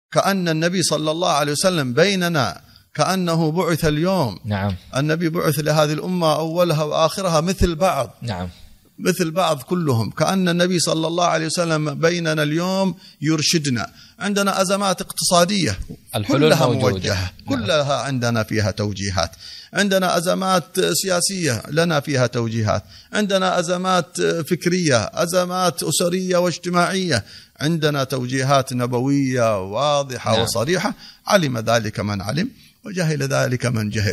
كأن النبي صلى الله عليه وسلم بيننا، كأنه بعث اليوم. نعم. النبي بعث لهذه الأمة أولها وآخرها مثل بعض. نعم. مثل بعض كلهم، كأن النبي صلى الله عليه وسلم بيننا اليوم يرشدنا. عندنا أزمات اقتصادية كلها موجهة، كلها عندنا فيها توجيهات. عندنا أزمات سياسية لنا فيها توجيهات. عندنا أزمات فكرية، أزمات أسرية واجتماعية، عندنا توجيهات نبوية واضحة وصريحة. علم ذلك من علم وجهل ذلك من جهل.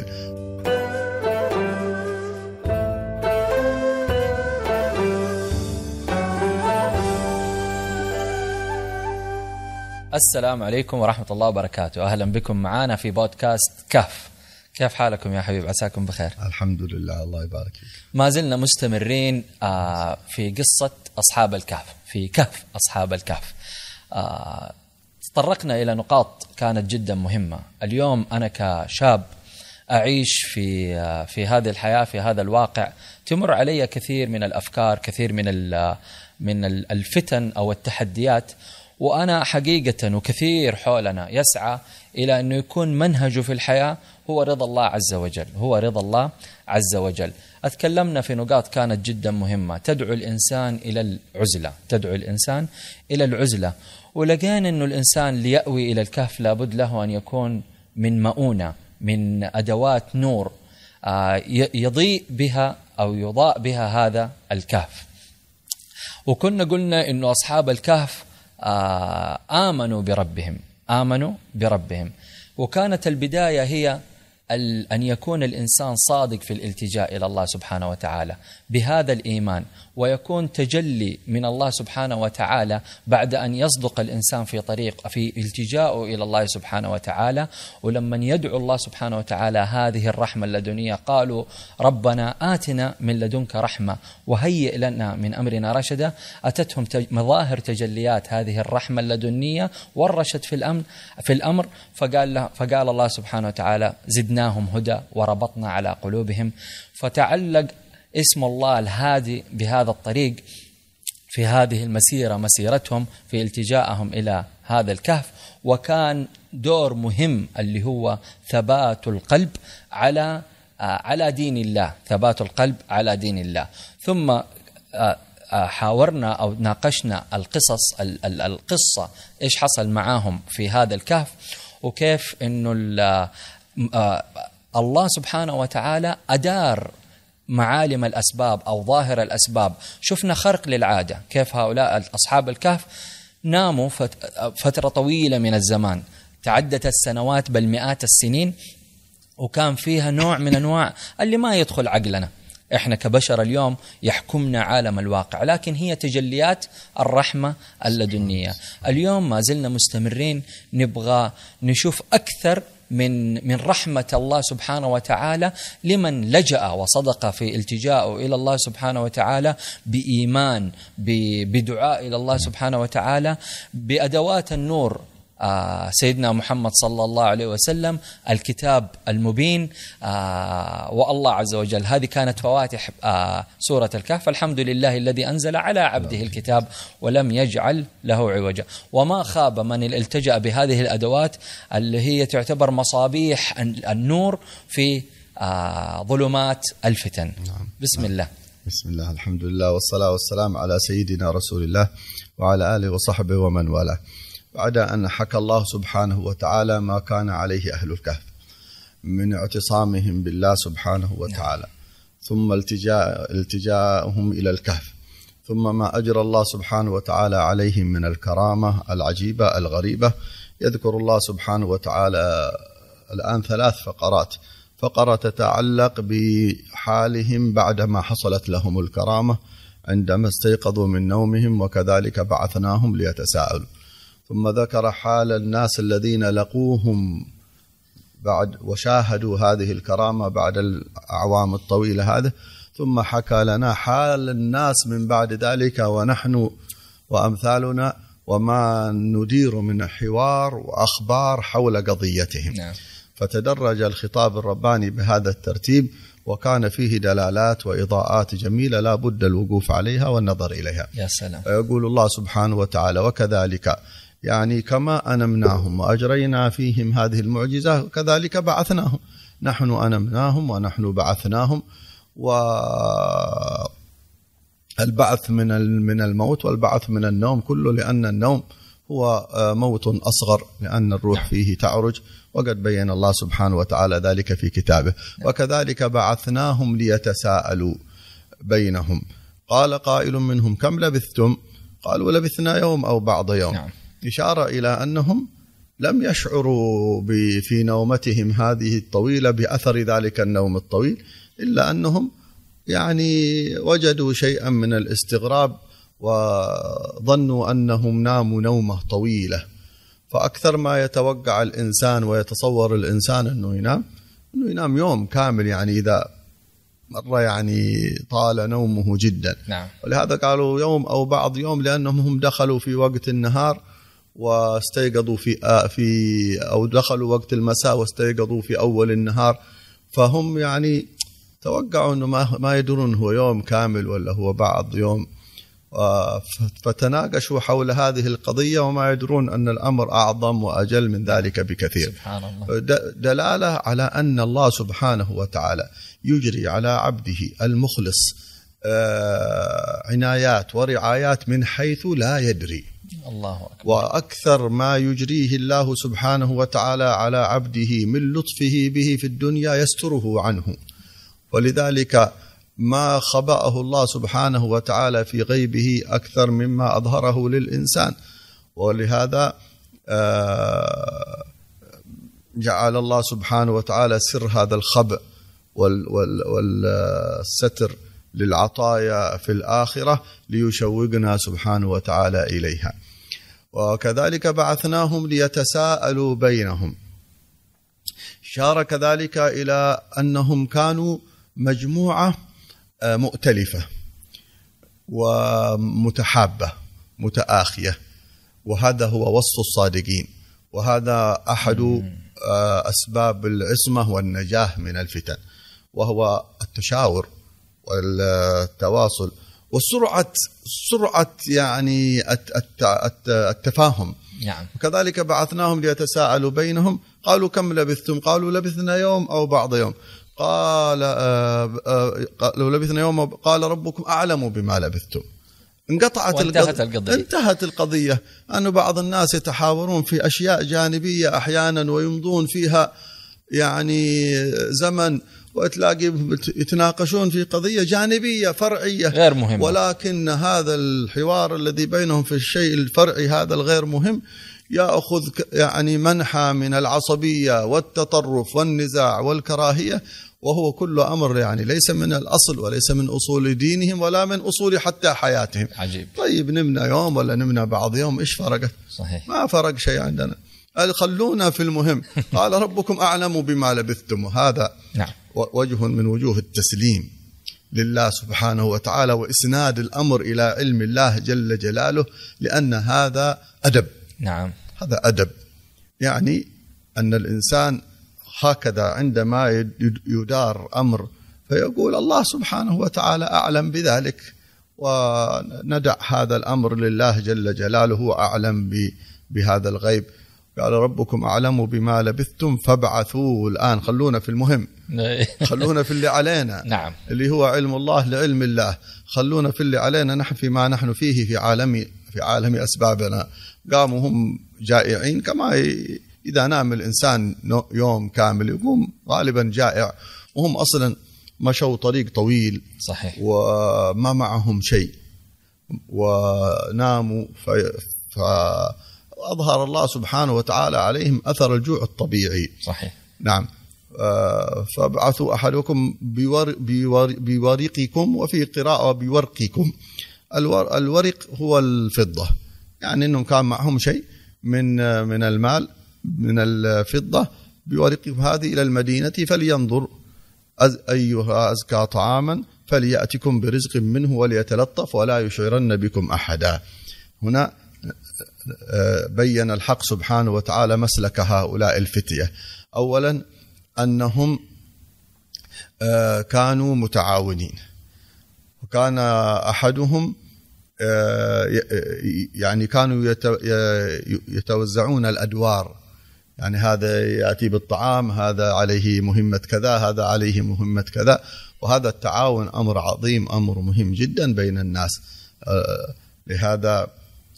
السلام عليكم ورحمة الله وبركاته. أهلا بكم معنا في بودكاست كهف. كيف حالكم يا حبيب؟ عساكم بخير. الحمد لله، الله يبارك فيك. ما زلنا مستمرين في قصة أصحاب الكهف، في كهف أصحاب الكهف. تطرقنا إلى نقاط كانت جدا مهمة. اليوم أنا كشاب أعيش في هذه الحياة، في هذا الواقع، تمر علي كثير من الأفكار، كثير من الفتن أو التحديات، وأنا حقيقة وكثير حولنا يسعى إلى أنه يكون منهجه في الحياة هو رضا الله عز وجل، هو رضا الله عز وجل. أتكلمنا في نقاط كانت جدا مهمة، تدعو الإنسان إلى العزلة، تدعو الإنسان إلى العزلة. ولقينا أنه الإنسان ليأوي إلى الكهف لابد له أن يكون من مؤونة، من أدوات نور يضيء بها أو يضاء بها هذا الكهف. وكنا قلنا أنه أصحاب الكهف آمنوا بربهم، وكانت البداية هي أن يكون الإنسان صادق في الالتجاء إلى الله سبحانه وتعالى بهذا الإيمان، ويكون تجلي من الله سبحانه وتعالى بعد أن يصدق الإنسان في التجاءه إلى الله سبحانه وتعالى. ولما يدعو الله سبحانه وتعالى هذه الرحمة اللدنية قالوا ربنا آتنا من لدنك رحمة وهيئ لنا من أمرنا رشدا. أتتهم مظاهر تجليات هذه الرحمة اللدنية والرشد في الأمر، فقال الله سبحانه وتعالى زدناهم هدى وربطنا على قلوبهم. فتعلق اسم الله الهادي بهذا الطريق في هذه المسيرة، مسيرتهم في التجاءهم إلى هذا الكهف. وكان دور مهم اللي هو ثبات القلب على دين الله، ثبات القلب على دين الله. ثم حاورنا أو ناقشنا القصة إيش حصل معاهم في هذا الكهف، وكيف إنه الله سبحانه وتعالى أدار معالم الأسباب أو ظاهر الأسباب. شفنا خرق للعادة، كيف هؤلاء أصحاب الكهف ناموا فترة طويلة من الزمان، تعدت السنوات بل مئات السنين، وكان فيها نوع من أنواع اللي ما يدخل عقلنا. إحنا كبشر اليوم يحكمنا عالم الواقع، لكن هي تجليات الرحمة اللدنية. اليوم ما زلنا مستمرين، نبغى نشوف أكثر من رحمة الله سبحانه وتعالى لمن لجأ وصدق في التجاءه إلى الله سبحانه وتعالى بإيمان، بدعاء إلى الله سبحانه وتعالى بأدوات النور، سيدنا محمد صلى الله عليه وسلم، الكتاب المبين، والله عز وجل. هذه كانت فواتح سورة الكهف. الحمد لله الذي أنزل على عبده الكتاب ولم يجعل له عوجا. وما خاب من التجأ بهذه الأدوات اللي هي تعتبر مصابيح النور في ظلمات الفتن. بسم الله. بسم الله، الحمد لله، والصلاة والسلام على سيدنا رسول الله وعلى آله وصحبه ومن والاه. بعد أن حكى الله سبحانه وتعالى ما كان عليه أهل الكهف من اعتصامهم بالله سبحانه وتعالى، ثم التجاءهم إلى الكهف، ثم ما أجرى الله سبحانه وتعالى عليهم من الكرامة العجيبة الغريبة، يذكر الله سبحانه وتعالى الآن 3 فقرات. فقرة تتعلق بحالهم بعدما حصلت لهم الكرامة عندما استيقظوا من نومهم، وكذلك بعثناهم ليتساءلوا. ثم ذكر حال الناس الذين لقوهم بعد وشاهدوا هذه الكرامة بعد الأعوام الطويلة هذه. ثم حكى لنا حال الناس من بعد ذلك، ونحن وأمثالنا وما ندير من حوار وأخبار حول قضيتهم. فتدرج الخطاب الرباني بهذا الترتيب، وكان فيه دلالات وإضاءات جميلة لا بد الوقوف عليها والنظر إليها. يا سلام. يقول الله سبحانه وتعالى: وكذلك يعني كما أنمناهم وأجرينا فيهم هذه المعجزة كذلك بعثناهم، نحن أنمناهم ونحن بعثناهم. والبعث من الموت والبعث من النوم كله، لأن النوم هو موت أصغر، لأن الروح فيه تعرج، وقد بين الله سبحانه وتعالى ذلك في كتابه. وكذلك بعثناهم ليتساءلوا بينهم، قال قائل منهم كم لبثتم؟ قالوا لبثنا يوم أو بعض يوم. إشارة إلى أنهم لم يشعروا في نومتهم هذه الطويلة بأثر ذلك النوم الطويل، إلا أنهم يعني وجدوا شيئا من الاستغراب وظنوا أنهم ناموا نومة طويلة. فأكثر ما يتوقع الإنسان ويتصور الإنسان أنه ينام يوم كامل، يعني إذا مرة يعني طال نومه جدا. ولهذا قالوا يوم أو بعض يوم، لأنهم هم دخلوا في وقت النهار واستيقظوا أو دخلوا وقت المساء واستيقظوا في أول النهار، فهم يعني توقعوا أنه ما يدرون هو يوم كامل ولا هو بعض يوم، فتناقشوا حول هذه القضية وما يدرون أن الأمر أعظم وأجل من ذلك بكثير. سبحان الله. دلالة على أن الله سبحانه وتعالى يجري على عبده المخلص عنايات ورعايات من حيث لا يدري. الله أكبر. وأكثر ما يجريه الله سبحانه وتعالى على عبده من لطفه به في الدنيا يستره عنه، ولذلك ما خبأه الله سبحانه وتعالى في غيبه أكثر مما أظهره للإنسان. ولهذا جعل الله سبحانه وتعالى سر هذا الخبأ والستر للعطايا في الآخرة ليشوقنا سبحانه وتعالى إليها. وكذلك بعثناهم ليتساءلوا بينهم، إشارة كذلك إلى أنهم كانوا مجموعة مؤتلفة ومتحابة متآخية، وهذا هو وصف الصادقين، وهذا أحد أسباب العصمة والنجاة من الفتن، وهو التشاور والتواصل وسرعة يعني التفاهم. وكذلك بعثناهم ليتساءلوا بينهم، قالوا كم لبثتم؟ قالوا لبثنا يوم أو بعض يوم. قال لو لبثنا يوم، قال ربكم أعلم بما لبثتم. انتهت القضية. أن بعض الناس يتحاورون في أشياء جانبية أحيانا ويمضون فيها يعني زمن، وتلاقي يتناقشون في قضية جانبية فرعية غير مهمة، ولكن هذا الحوار الذي بينهم في الشيء الفرعي هذا الغير مهم يأخذ يعني منحى من العصبية والتطرف والنزاع والكراهية، وهو كل أمر يعني ليس من الأصل وليس من أصول دينهم ولا من أصول حتى حياتهم. عجيب. طيب نمنا يوم ولا نمنا بعض يوم، إيش فرقت؟ صحيح. ما فرق شيء عندنا، خلونا في المهم. قال ربكم أعلم بما لبثتم. وهذا وجه من وجوه التسليم لله سبحانه وتعالى وإسناد الأمر إلى علم الله جل جلاله، لأن هذا أدب. هذا أدب، يعني أن الإنسان هكذا عندما يدار أمر فيقول الله سبحانه وتعالى أعلم بذلك، وندع هذا الأمر لله جل جلاله أعلم بهذا الغيب. قال ربكم أعلم بما لبثتم فابعثوا. الآن خلونا في المهم، خلونا في اللي علينا اللي هو علم الله لعلم الله، خلونا في اللي علينا نحن فيما نحن فيه في عالم أسبابنا. قاموا هم جائعين، كما إذا نام الإنسان يوم كامل يقوم غالبا جائع، وهم أصلا مشوا طريق طويل. صحيح. وما معهم شيء وناموا، فأظهر الله سبحانه وتعالى عليهم أثر الجوع الطبيعي. صحيح. نعم. فابعثوا أحدكم بورقكم، وفي قراءة بورقكم. الورق هو الفضة، يعني أنهم كان معهم شيء من المال من الفضة. بورقكم هذه إلى المدينة فلينظر أيها أزكى طعاما فليأتكم برزق منه وليتلطف ولا يشعرن بكم أحدا. هنا بين الحق سبحانه وتعالى مسلك هؤلاء الفتية. أولا أنهم كانوا متعاونين، وكان أحدهم يعني كانوا يتوزعون الأدوار، يعني هذا يأتي بالطعام، هذا عليه مهمة كذا، هذا عليه مهمة كذا. وهذا التعاون أمر عظيم، أمر مهم جدا بين الناس. لهذا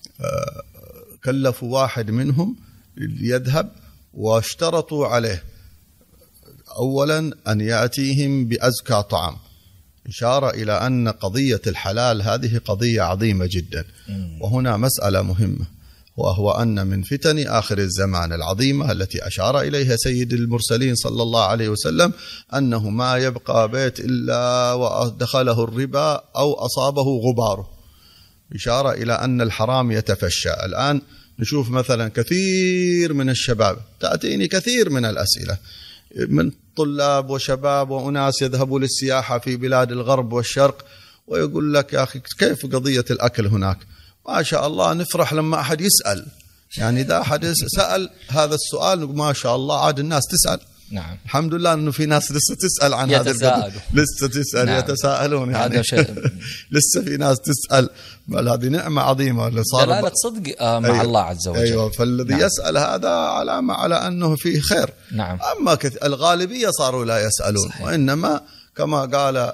كلفوا واحد منهم يذهب واشترطوا عليه أولا أن يأتيهم بأزكى طعام، إشارة إلى أن قضية الحلال هذه قضية عظيمة جدا. وهنا مسألة مهمة، وهو أن من فتن آخر الزمان العظيمة التي أشار إليها سيد المرسلين صلى الله عليه وسلم أنه ما يبقى بيت إلا ودخله الربا أو أصابه غباره، إشارة إلى أن الحرام يتفشى. الآن نشوف مثلا كثير من الشباب، تأتيني كثير من الأسئلة من طلاب وشباب وأناس يذهبوا للسياحة في بلاد الغرب والشرق، ويقول لك يا أخي كيف قضية الأكل هناك؟ ما شاء الله نفرح لما أحد يسأل، يعني إذا أحد سأل هذا السؤال ما شاء الله عاد الناس تسأل. نعم. الحمد لله أنه في ناس لسه تسأل عن هذا القضية، لسه تسأل. نعم. يتساءلون يعني لسه في ناس تسأل. بل هذه نعمة عظيمة اللي صار دلالة صدق مع أيوة. الله عز وجل. أيوة. فالذي نعم. يسأل هذا علامة على أنه فيه خير. نعم. أما الغالبية صاروا لا يسألون. صحيح. وإنما كما قال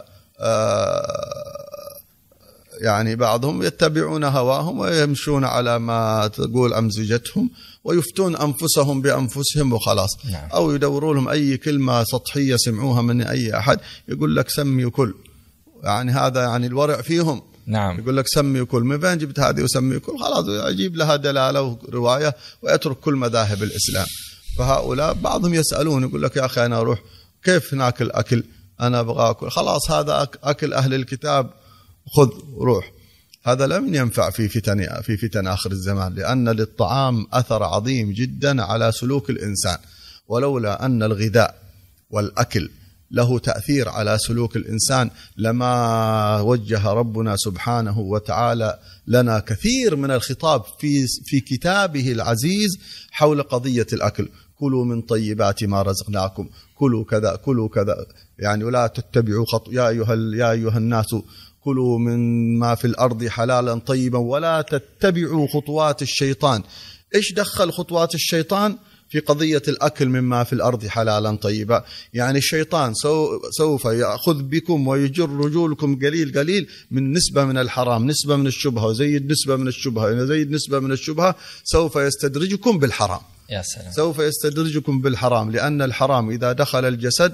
يعني بعضهم يتبعون هواهم ويمشون على ما تقول أمزجتهم ويفتون أنفسهم بأنفسهم وخلاص. نعم. أو يدوروا لهم أي كلمة سطحية سمعوها من أي أحد يقول لك سمي وكل، يعني هذا يعني الورع فيهم. نعم. يقول لك سمي وكل، من فين جبت هذه وسمي وكل؟ خلاص يجيب لها دلالة ورواية ويترك كل مذاهب الإسلام. فهؤلاء بعضهم يسألون يقول لك يا أخي أنا أروح كيف ناكل أكل، أنا أبغى أكل، خلاص هذا أكل أهل الكتاب خذ روح. هذا لم ينفع في فتن آخر الزمان، لأن للطعام أثر عظيم جدا على سلوك الإنسان. ولولا أن الغذاء والأكل له تأثير على سلوك الإنسان لما وجه ربنا سبحانه وتعالى لنا كثير من الخطاب في كتابه العزيز حول قضية الأكل. كلوا من طيبات ما رزقناكم، كلوا كذا كلوا كذا، يعني ولا تتبعوا يا أيها الناس كلوا من ما في الأرض حلالا طيبا ولا تتبعوا خطوات الشيطان. إيش دخل خطوات الشيطان في قضية الأكل مما في الأرض حلالا طيبا؟ يعني الشيطان سوف يأخذ بكم ويجر رجولكم قليل قليل من نسبة من الحرام، نسبة من الشبهة، وزيد نسبة من الشبهة، يزيد نسبة من الشبهة، سوف يستدرجكم بالحرام. يا سلام. سوف يستدرجكم بالحرام، لأن الحرام إذا دخل الجسد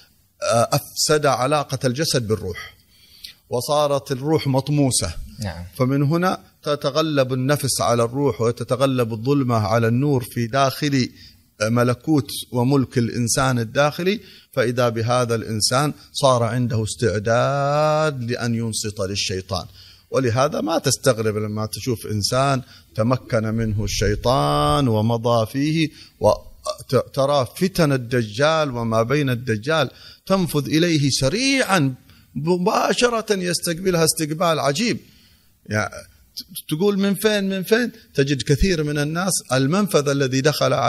أفسد علاقة الجسد بالروح، وصارت الروح مطموسة. نعم. فمن هنا تتغلب النفس على الروح وتتغلب الظلمة على النور في داخل ملكوت وملك الإنسان الداخلي. فإذا بهذا الإنسان صار عنده استعداد لأن ينصت للشيطان. ولهذا ما تستغرب لما تشوف إنسان تمكن منه الشيطان ومضى فيه، وترى فتن الدجال وما بين الدجال تنفذ إليه سريعا مباشرة، يستقبلها استقبال عجيب. يعني تقول من فين تجد كثير من الناس المنفذ الذي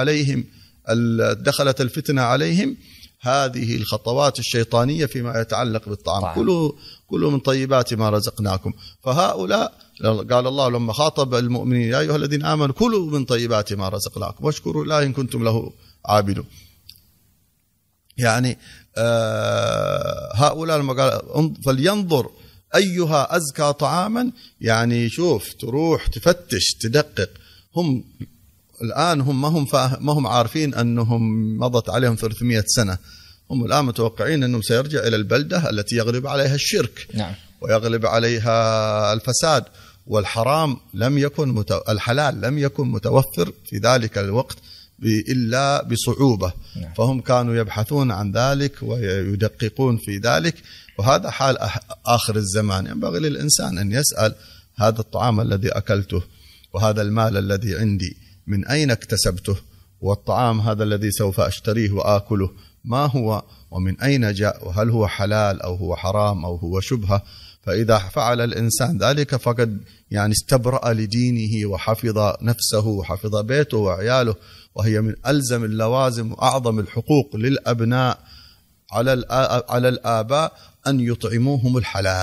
دخلت الفتنة عليهم هذه الخطوات الشيطانية فيما يتعلق بالطعام. كلوا من طيبات ما رزقناكم. فهؤلاء قال الله لما خاطب المؤمنين يا أيها الذين آمنوا كلوا من طيبات ما رزقناكم واشكروا الله إن كنتم له عابدون. يعني هؤلاء لما قال فلينظر أيها أزكى طعاما، يعني شوف تروح تفتش تدقق. هم الآن ما هم عارفين أنهم مضت عليهم 300 سنة. هم الآن متوقعين أنهم سيرجع إلى البلدة التي يغلب عليها الشرك. نعم. ويغلب عليها الفساد والحرام. الحلال لم يكن متوفر في ذلك الوقت إلا بصعوبة. نعم. فهم كانوا يبحثون عن ذلك ويدققون في ذلك. وهذا حال آخر الزمان. ينبغي للإنسان أن يسأل هذا الطعام الذي أكلته وهذا المال الذي عندي من أين اكتسبته، والطعام هذا الذي سوف أشتريه وآكله ما هو ومن أين جاء، وهل هو حلال أو هو حرام أو هو شبهة. فإذا فعل الإنسان ذلك فقد يعني استبرأ لدينه وحفظ نفسه وحفظ بيته وعياله، وهي من ألزم اللوازم وأعظم الحقوق للأبناء على الآباء أن يطعموهم الحلال.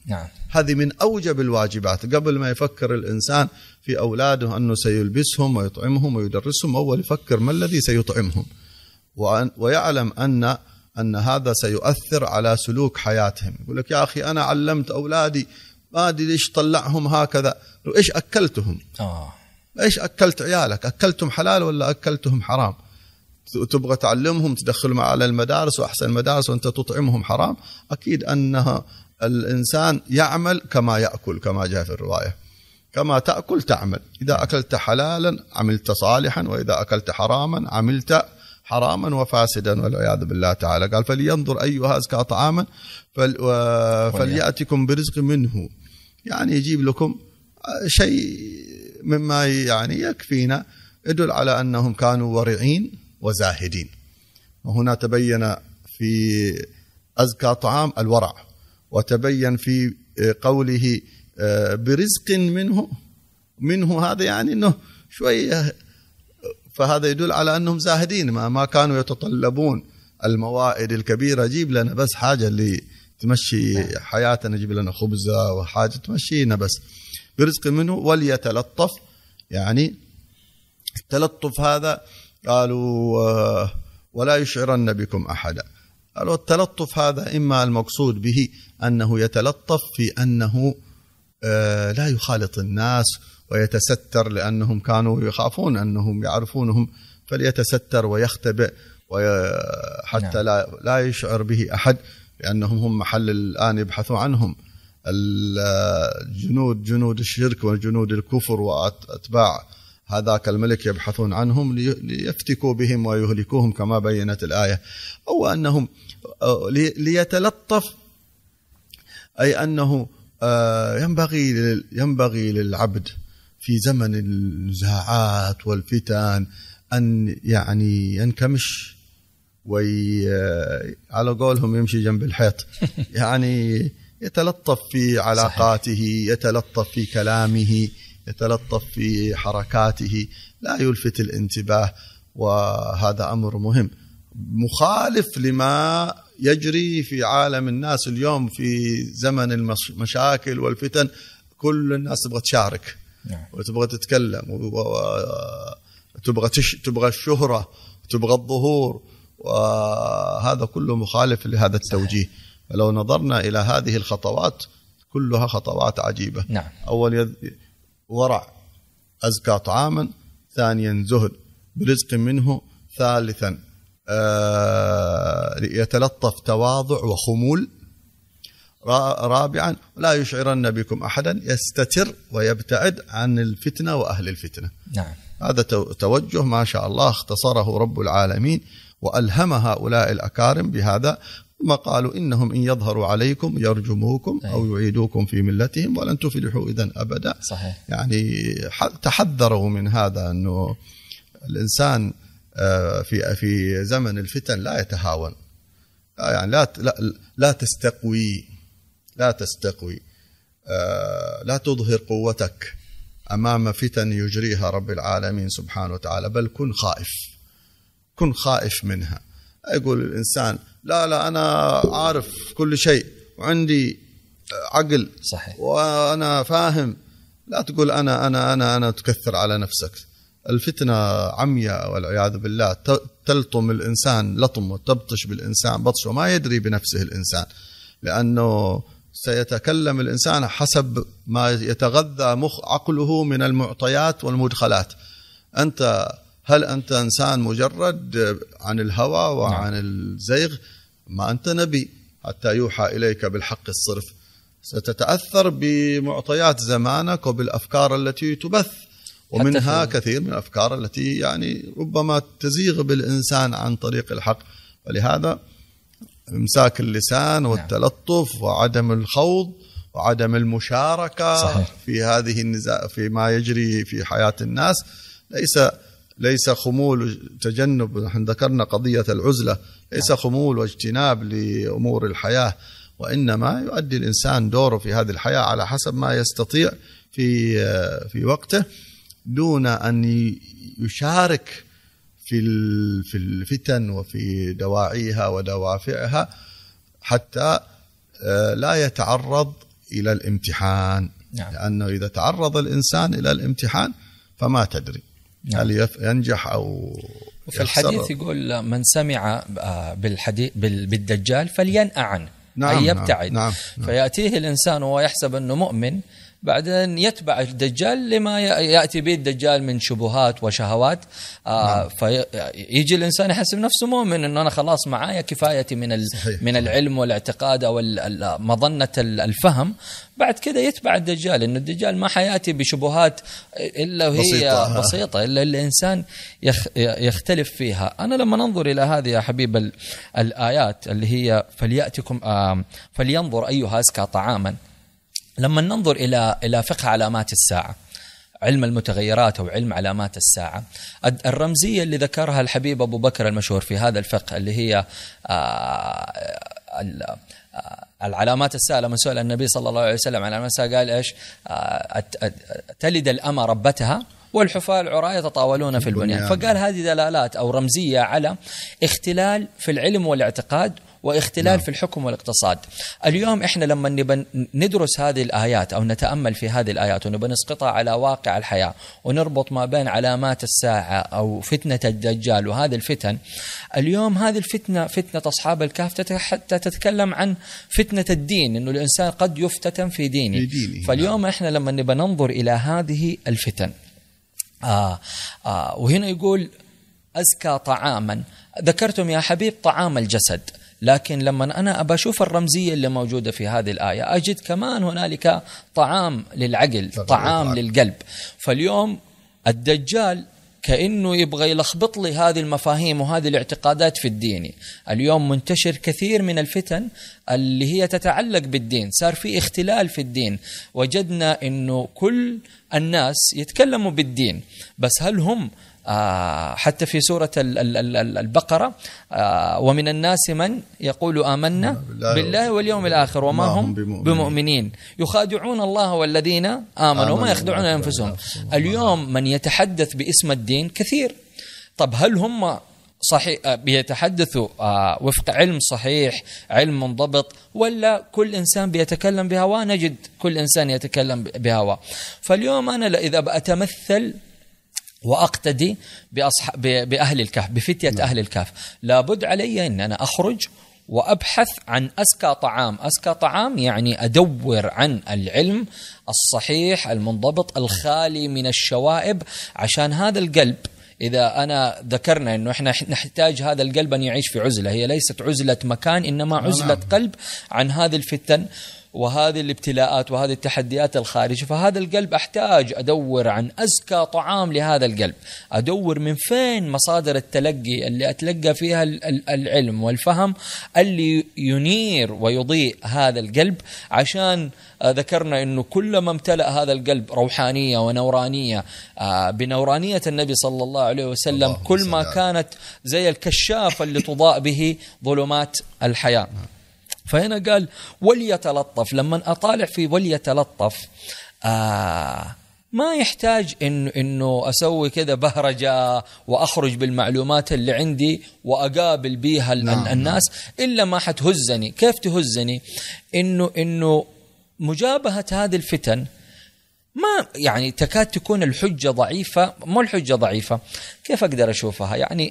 نعم. هذه من أوجب الواجبات. قبل ما يفكر الإنسان في أولاده أنه سيلبسهم ويطعمهم ويدرسهم، أول يفكر ما الذي سيطعمهم، ويعلم أن هذا سيؤثر على سلوك حياتهم. يقول لك يا أخي أنا علمت أولادي ما أدري ليش طلعهم هكذا. إيش أكلتهم؟ إيش أكلت عيالك؟ أكلتهم حلال ولا أكلتهم حرام؟ تبغى تعلمهم تدخلهم على المدارس وأحسن المدارس وأنت تطعمهم حرام؟ أكيد أنها الإنسان يعمل كما يأكل، كما جاء في الرواية، كما تأكل تعمل. إذا أكلت حلالا عملت صالحا، وإذا أكلت حراما عملت حراما وفاسدا والعياذ بالله تعالى. قال فلينظر أيها أزكى طعاما فليأتكم برزق منه، يعني يجيب لكم شيء مما يعني يكفينا، يدل على أنهم كانوا ورعين وزاهدين. وهنا تبين في أزكى طعام الورع، وتبين في قوله برزق منه هذا يعني أنه شوية، فهذا يدل على أنهم زاهدين، ما كانوا يتطلبون الموائد الكبيرة. جيب لنا بس حاجة اللي تمشي حياتنا، جيب لنا خبزة وحاجة تمشينا بس. برزق منه وليتلطف، يعني التلطف هذا قالوا ولا يشعرن بكم أحدا. قالوا التلطف هذا إما المقصود به أنه يتلطف في أنه لا يخالط الناس ويتستر، لأنهم كانوا يخافون أنهم يعرفونهم، فليتستر ويختبئ حتى لا يشعر به أحد، لأنهم هم محل الآن يبحثوا عنهم جنود الشرك وجنود الكفر وأتباع هذاك الملك، يبحثون عنهم ليفتكوا بهم ويهلكوهم كما بينت الآية. أو أنهم ليتلطف، أي أنه ينبغي للعبد في زمن النزاعات والفتن أن يعني ينكمش على قولهم يمشي جنب الحيط، يعني يتلطف في علاقاته، يتلطف في كلامه، يتلطف في حركاته، لا يلفت الانتباه. وهذا أمر مهم مخالف لما يجري في عالم الناس اليوم في زمن المشاكل والفتن. كل الناس تبغى تشارك وتبغى تتكلم وتبغى الشهرة وتبغى الظهور، وهذا كله مخالف لهذا التوجيه. فلو نظرنا إلى هذه الخطوات كلها خطوات عجيبة. أول ورع أزكى طعاما، ثانيا زهد برزق منه، ثالثا يتلطف تواضع وخمول، رابعا لا يشعرن بكم أحدا، يستتر ويبتعد عن الفتنة وأهل الفتنة. هذا توجه ما شاء الله اختصره رب العالمين وألهم هؤلاء الأكارم بهذا. ثم قالوا إنهم إن يظهروا عليكم يرجموكم أو يعيدوكم في ملتهم ولن تفلحوا إذن أبدا. صحيح. يعني تحذروا من هذا، أنه الإنسان في زمن الفتن لا يتهاون، يعني لا تستقوي، لا تظهر قوتك أمام فتن يجريها رب العالمين سبحانه وتعالى، بل كن خائف منها. يقول الإنسان لا أنا عارف كل شيء وعندي عقل، صحيح، وأنا فاهم. لا تقول أنا تكثر على نفسك. الفتنة عمياء والعياذ بالله، تلطم الإنسان لطم وتبطش بالإنسان بطش، وما يدري بنفسه الإنسان، لأنه سيتكلم الإنسان حسب ما يتغذى عقله من المعطيات والمدخلات. هل أنت إنسان مجرد عن الهوى وعن الزيغ؟ ما أنت نبي حتى يوحى إليك بالحق الصرف. ستتأثر بمعطيات زمانك وبالأفكار التي تبث، ومنها كثير من الأفكار التي يعني ربما تزيغ بالإنسان عن طريق الحق. ولهذا امساك اللسان والتلطف وعدم الخوض وعدم المشاركة صحيح. في هذه النزاع في ما يجري في حياة الناس ليس خمول تجنب. نحن ذكرنا قضية العزلة، ليس خمول واجتناب لأمور الحياة، وإنما يؤدي الإنسان دوره في هذه الحياة على حسب ما يستطيع في وقته، دون أن يشارك في الفتن وفي دواعيها ودوافعها، حتى لا يتعرض إلى الامتحان. نعم. لأنه إذا تعرض الإنسان إلى الامتحان فما تدري نعم. هل ينجح أو وفي الحديث يقول من سمع بالدجال فلينأ عنه. نعم. أي يبتعد. نعم. فيأتيه الإنسان وهو يحسب أنه مؤمن، بعدين يتبع الدجال لما يأتي به الدجال من شبهات وشهوات. فيجي الإنسان يحسب نفسه مؤمن، أنه أنا خلاص معايا كفايتي من العلم والاعتقاد أو مظنة الفهم. بعد كده يتبع الدجال، إنه الدجال ما حياتي بشبهات إلا وهي بسيطة إلا الإنسان يختلف فيها. أنا لما ننظر إلى هذه يا حبيب الآيات اللي هي فلينظر أيها أزكى طعاما، لما ننظر إلى فقه علامات الساعة، علم المتغيرات أو علم علامات الساعة، الرمزية اللي ذكرها الحبيب أبو بكر المشهور في هذا الفقه اللي هي العلامات الساعة، لما سئل النبي صلى الله عليه وسلم عن علامات الساعة قال إيش؟ تلد الأمة ربتها والحفاة العراة يتطاولون في البنيان. فقال هذه دلالات أو رمزية على اختلال في العلم والاعتقاد واختلال في الحكم والاقتصاد. اليوم إحنا لما نبى ندرس هذه الآيات أو نتأمل في هذه الآيات ونبى نسقطها على واقع الحياة ونربط ما بين علامات الساعة أو فتنة الدجال وهذه الفتن، اليوم هذه الفتنة فتنة أصحاب الكهف حتى تتكلم عن فتنة الدين، إنه الإنسان قد يفتتن في دينه. فاليوم إحنا لما نبى ننظر إلى هذه الفتن وهنا يقول أزكى طعاما، ذكرتم يا حبيب طعام الجسد، لكن لما أنا أبى أشوف الرمزية اللي موجودة في هذه الآية أجد كمان هنالك طعام للعقل، طعام للقلب. فاليوم الدجال كأنه يبغى يلخبط لي هذه المفاهيم وهذه الاعتقادات في الدين. اليوم منتشر كثير من الفتن اللي هي تتعلق بالدين، صار في اختلال في الدين. وجدنا إنه كل الناس يتكلموا بالدين، بس هل هم حتى في سورة البقرة ومن الناس من يقول آمنا بالله واليوم الآخر وما هم بمؤمنين يخادعون الله والذين آمنوا وما يخدعون أنفسهم. اليوم من يتحدث باسم الدين كثير. طب هل هم صحيح بيتحدثوا وفق علم صحيح، علم منضبط، ولا كل إنسان بيتكلم بهواه؟ نجد كل إنسان يتكلم بهواه. فاليوم أنا إذا بأتمثل وأقتدي بأهل الكهف، بفتية أهل الكهف، لابد علي أن أنا أخرج وأبحث عن أزكى طعام. أزكى طعام يعني أدور عن العلم الصحيح المنضبط الخالي من الشوائب، عشان هذا القلب، إذا أنا ذكرنا أنه إحنا نحتاج هذا القلب أن يعيش في عزلة، هي ليست عزلة مكان إنما عزلة قلب عن هذه الفتن وهذه الابتلاءات وهذه التحديات الخارجية. فهذا القلب أحتاج أدور عن أزكى طعام لهذا القلب، أدور من فين مصادر التلقي اللي أتلقى فيها العلم والفهم اللي ينير ويضيء هذا القلب. عشان ذكرنا أنه كلما امتلأ هذا القلب روحانية ونورانية بنورانية النبي صلى الله عليه وسلم، كل ما كانت زي الكشاف اللي تضاء به ظلمات الحياة. فهنا قال وليتلطف. لما أطالع في وليتلطف ما يحتاج إنه أسوي كذا بهرجة وأخرج بالمعلومات اللي عندي وأقابل بيها الناس إلا ما حتهزني. كيف تهزني؟ إنه مجابهة هذه الفتن ما يعني تكاد تكون الحجة ضعيفة. مو الحجة ضعيفة، كيف أقدر أشوفها؟ يعني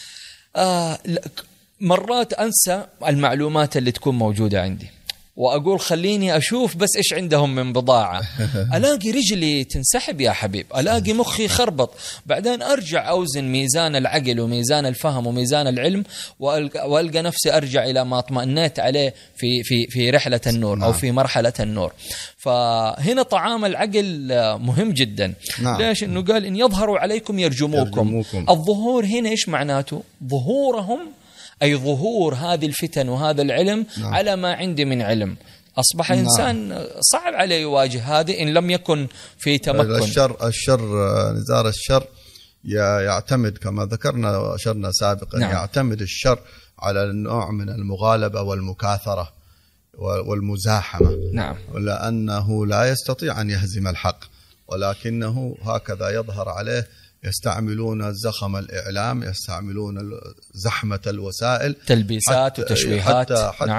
مرات أنسى المعلومات اللي تكون موجودة عندي وأقول خليني أشوف بس إيش عندهم من بضاعة. ألاقي رجلي تنسحب يا حبيب، ألاقي مخي خربط، بعدين أرجع أوزن ميزان العقل وميزان الفهم وميزان العلم وألقى نفسي أرجع إلى ما اطمأنيت عليه في رحلة النور أو في مرحلة النور. فهنا طعام العقل مهم جدا. ليش؟ إنه قال إن يظهروا عليكم يرجموكم. الظهور هنا إيش معناته؟ ظهورهم أي ظهور هذه الفتن وهذا العلم على ما عندي من علم. أصبح إنسان صعب عليه يواجه هذه إن لم يكن في تمكن. نزار الشر يعتمد كما ذكرنا أشرنا سابقا. يعتمد الشر على النوع من المغالبة والمكاثرة والمزاحمة. لأنه لا يستطيع أن يهزم الحق، ولكنه هكذا يظهر عليه يستعملون زخم الإعلام، يستعملون زحمة الوسائل، تلبيسات وتشويهات.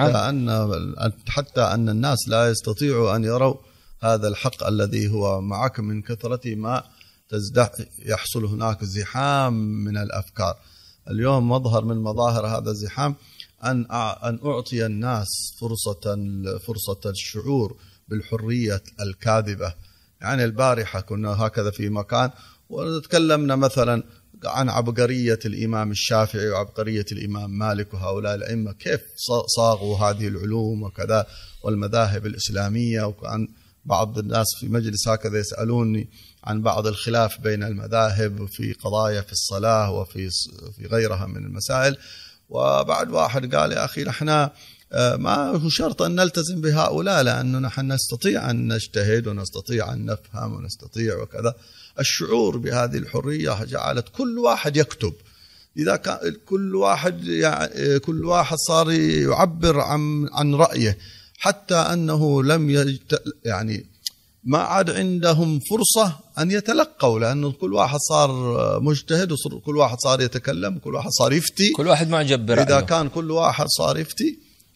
حتى أن الناس لا يستطيعوا أن يروا هذا الحق الذي هو معك من كثرة ما يحصل هناك زحام من الأفكار. اليوم مظهر من مظاهر هذا الزحام أن أعطي الناس فرصة الشعور بالحرية الكاذبة. يعني البارحة كنا هكذا في مكان وتكلمنا مثلا عن عبقرية الإمام الشافعي وعبقرية الإمام مالك وهؤلاء الأئمة كيف صاغوا هذه العلوم وكذا والمذاهب الإسلامية. وكان بعض الناس في مجلس هكذا يسألوني عن بعض الخلاف بين المذاهب في قضايا في الصلاة وفي غيرها من المسائل. وبعد واحد قال يا أخي نحن ما هو شرط أن نلتزم بهؤلاء، لأنه نحن نستطيع أن نجتهد ونستطيع أن نفهم ونستطيع وكذا. الشعور بهذه الحرية جعلت كل واحد يكتب. إذا كان كل واحد صار يعبر عن رأيه، حتى أنه لم يعني ما عاد عندهم فرصة أن يتلقوا، لأنه كل واحد صار مجتهد وكل واحد صار يتكلم، كل واحد صار يفتي، كل واحد معجب برأيه. إذا كان كل واحد صار يفتي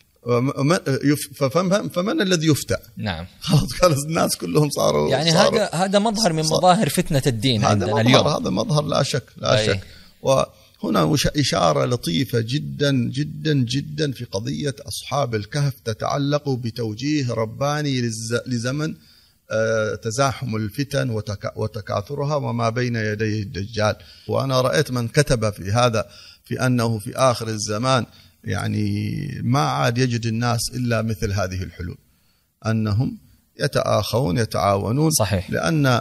فمن الذي يفتى؟ نعم، خلاص الناس كلهم صاروا يعني هذا مظهر من مظاهر فتنة الدين عندنا اليوم. هذا مظهر لا شك. وهنا إشارة لطيفة جدا جدا جدا في قضية أصحاب الكهف تتعلق بتوجيه رباني لزمن تزاحم الفتن وتكاثرها وما بين يدي الدجال. وأنا رأيت من كتب في هذا في أنه في آخر الزمان يعني ما عاد يجد الناس إلا مثل هذه الحلول، أنهم يتآخون يتعاونون. صحيح. لأن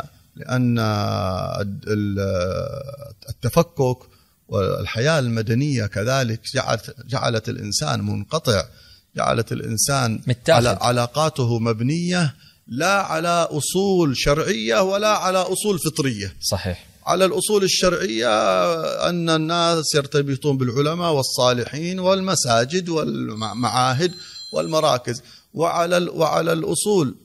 التفكك والحياة المدنية كذلك جعلت الإنسان منقطع، جعلت الإنسان علاقاته مبنية لا على أصول شرعية ولا على أصول فطرية. صحيح. على الأصول الشرعية أن الناس يرتبطون بالعلماء والصالحين والمساجد والمعاهد والمراكز، وعلى الأصول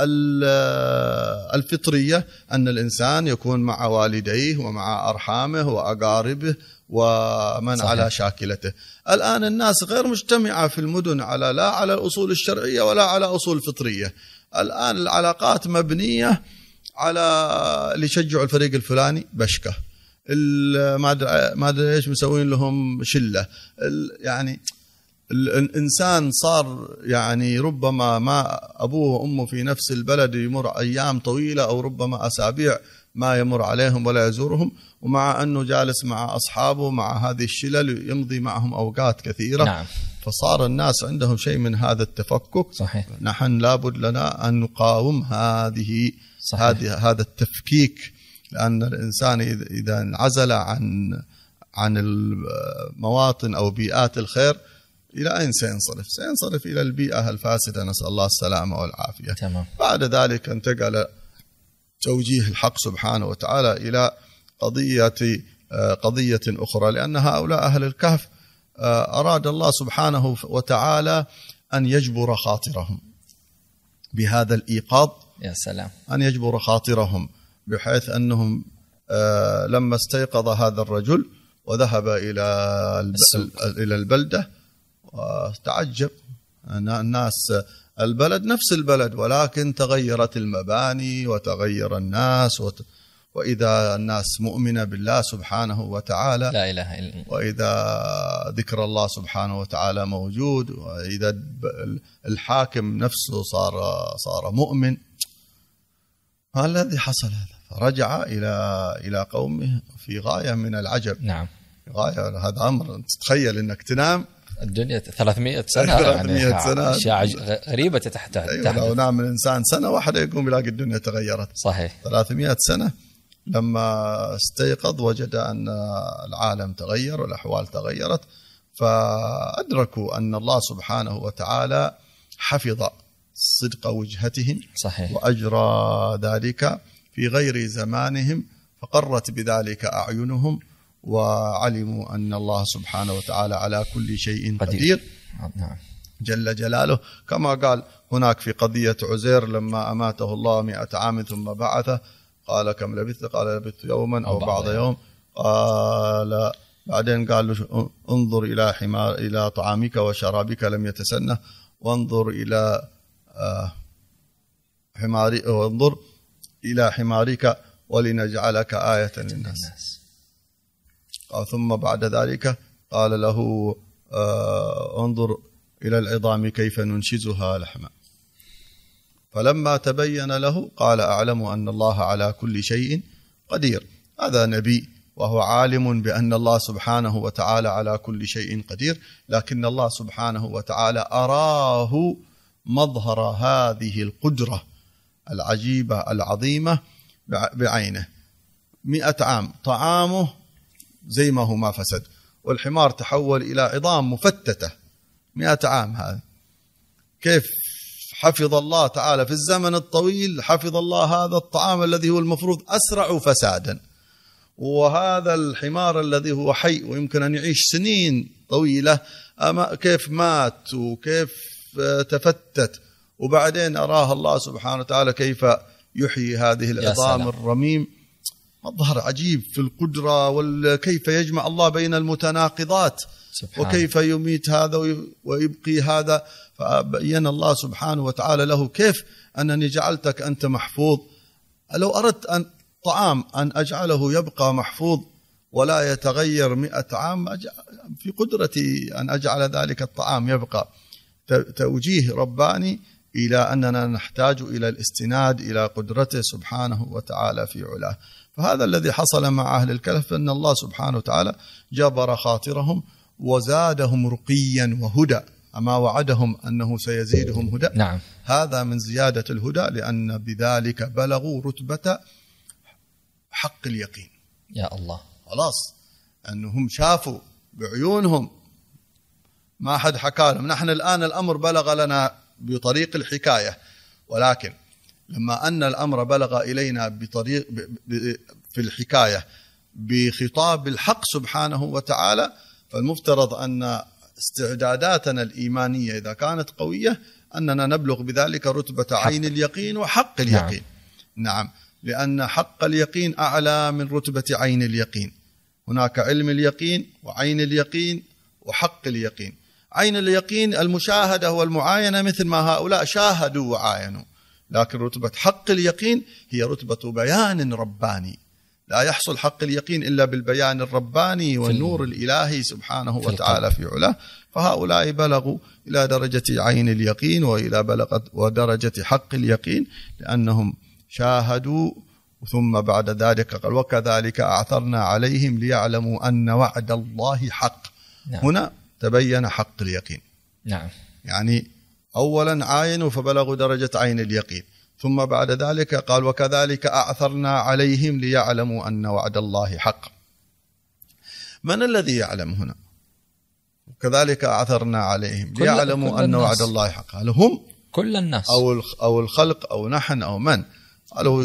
الفطرية أن الإنسان يكون مع والديه ومع أرحامه وأقاربه ومن صحيح. على شاكلته. الآن الناس غير مجتمعة في المدن لا على الأصول الشرعية ولا على أصول فطرية. الآن العلاقات مبنية على اللي يشجعوا الفريق الفلاني بشكة، ما ادري ايش مسوين لهم شلة. يعني الإنسان صار يعني ربما ما أبوه وأمه في نفس البلد يمر أيام طويلة أو ربما أسابيع ما يمر عليهم ولا يزورهم، ومع أنه جالس مع أصحابه مع هذه الشلل يمضي معهم أوقات كثيرة. نعم. فصار الناس عندهم شيء من هذا التفكك. صحيح. نحن لابد لنا أن نقاوم هذا التفكيك، لأن الإنسان إذا انعزل عن المواطن أو بيئات الخير إلى أين سينصرف؟ سينصرف إلى البيئة الفاسدة، نسأل الله السلامة والعافية. تمام. بعد ذلك انتقل توجيه الحق سبحانه وتعالى إلى قضية أخرى، لأن هؤلاء أهل الكهف أراد الله سبحانه وتعالى أن يجبر خاطرهم بهذا الإيقاظ. يا سلام. أن يجبر خاطرهم بحيث أنهم لما استيقظ هذا الرجل وذهب إلى البلدة وتعجب أن الناس البلد نفس البلد، ولكن تغيرت المباني وتغير الناس وإذا الناس مؤمنة بالله سبحانه وتعالى، لا إله إلا الله، وإذا ذكر الله سبحانه وتعالى موجود، وإذا الحاكم نفسه صار مؤمن. ما الذي حصل هذا؟ فرجع إلى قومه في غاية من العجب. نعم. غاية هذا أمر تتخيل أنك تنام الدنيا 300 سنة 300 سنة أشياء غريبة تحدث. لو نام الإنسان سنة واحدة يقوم يلاقي الدنيا تغيرت. صحيح. 300 سنة لما استيقظ وجد أن العالم تغير والأحوال تغيرت، فأدركوا أن الله سبحانه وتعالى حفظ صدق وجهتهم. صحيح. وأجرى ذلك في غير زمانهم، فقرت بذلك أعينهم وعلموا أن الله سبحانه وتعالى على كل شيء قدير. نعم. جل جلاله، كما قال هناك في قضية عزير لما أماته الله 100 عام ثم بعثه قال كم لبثت؟ قال لبثت يوما أو بعض يوم. قال بعدين قال له انظر إلى طعامك وشرابك لم يتسنه، وانظر إلى وانظر إلى حمارك ولنجعلك آية للناس. ثم بعد ذلك قال له انظر إلى العظام كيف ننشزها لحما. فلما تبين له قال أعلم أن الله على كل شيء قدير. هذا نبي وهو عالم بأن الله سبحانه وتعالى على كل شيء قدير، لكن الله سبحانه وتعالى أراه مظهر هذه القدرة العجيبة العظيمة بعينه. 100 عام طعامه زي ما هو ما فسد، والحمار تحول إلى عظام مفتتة 100 عام. هذا كيف حفظ الله تعالى في الزمن الطويل، حفظ الله هذا الطعام الذي هو المفروض أسرع فسادا، وهذا الحمار الذي هو حي ويمكن أن يعيش سنين طويلة كيف مات وكيف تفتت. وبعدين أراه الله سبحانه وتعالى كيف يحيي هذه العظام الرميم. مظهر عجيب في القدرة، وكيف يجمع الله بين المتناقضات وكيف يميت هذا ويبقي هذا. فبين الله سبحانه وتعالى له كيف أنني جعلتك أنت محفوظ. لو أردت أن طعام أن أجعله يبقى محفوظ ولا يتغير 100 عام، في قدرتي أن أجعل ذلك الطعام يبقى. توجيه رباني إلى أننا نحتاج إلى الاستناد إلى قدرته سبحانه وتعالى في علاه. فهذا الذي حصل مع أهل الكهف، أن الله سبحانه وتعالى جبر خاطرهم وزادهم رقيا وهدى. أما وعدهم أنه سيزيدهم هدى. نعم. هذا من زيادة الهدى، لأن بذلك بلغوا رتبة حق اليقين. يا الله، خلاص أنهم شافوا بعيونهم، ما حد حكى لهم. نحن الآن الأمر بلغ لنا بطريق الحكاية، ولكن لما أن الأمر بلغ إلينا بطريق في الحكاية بخطاب الحق سبحانه وتعالى، فالمفترض أن استعداداتنا الإيمانية إذا كانت قوية أننا نبلغ بذلك رتبة عين اليقين وحق اليقين. نعم، لأن حق اليقين أعلى من رتبة عين اليقين. هناك علم اليقين وعين اليقين وحق اليقين. عين اليقين المشاهدة والمعاينة مثل ما هؤلاء شاهدوا وعاينوا، لكن رتبة حق اليقين هي رتبة بيان رباني. لا يحصل حق اليقين إلا بالبيان الرباني والنور الإلهي سبحانه وتعالى في علاه. فهؤلاء بلغوا إلى درجة عين اليقين ودرجة حق اليقين، لأنهم شاهدوا. ثم بعد ذلك قال وكذلك أعثرنا عليهم ليعلموا أن وعد الله حق. نعم. هنا تبين حق اليقين. نعم. يعني أولا عاينوا فبلغوا درجة عين اليقين، ثم بعد ذلك قال وكذلك أعثرنا عليهم ليعلموا أن وعد الله حق. من الذي يعلم هنا؟ وكذلك أعثرنا عليهم ليعلموا أن وعد الله حق. هل هم كل الناس أو الخلق أو نحن أو من؟ قالوا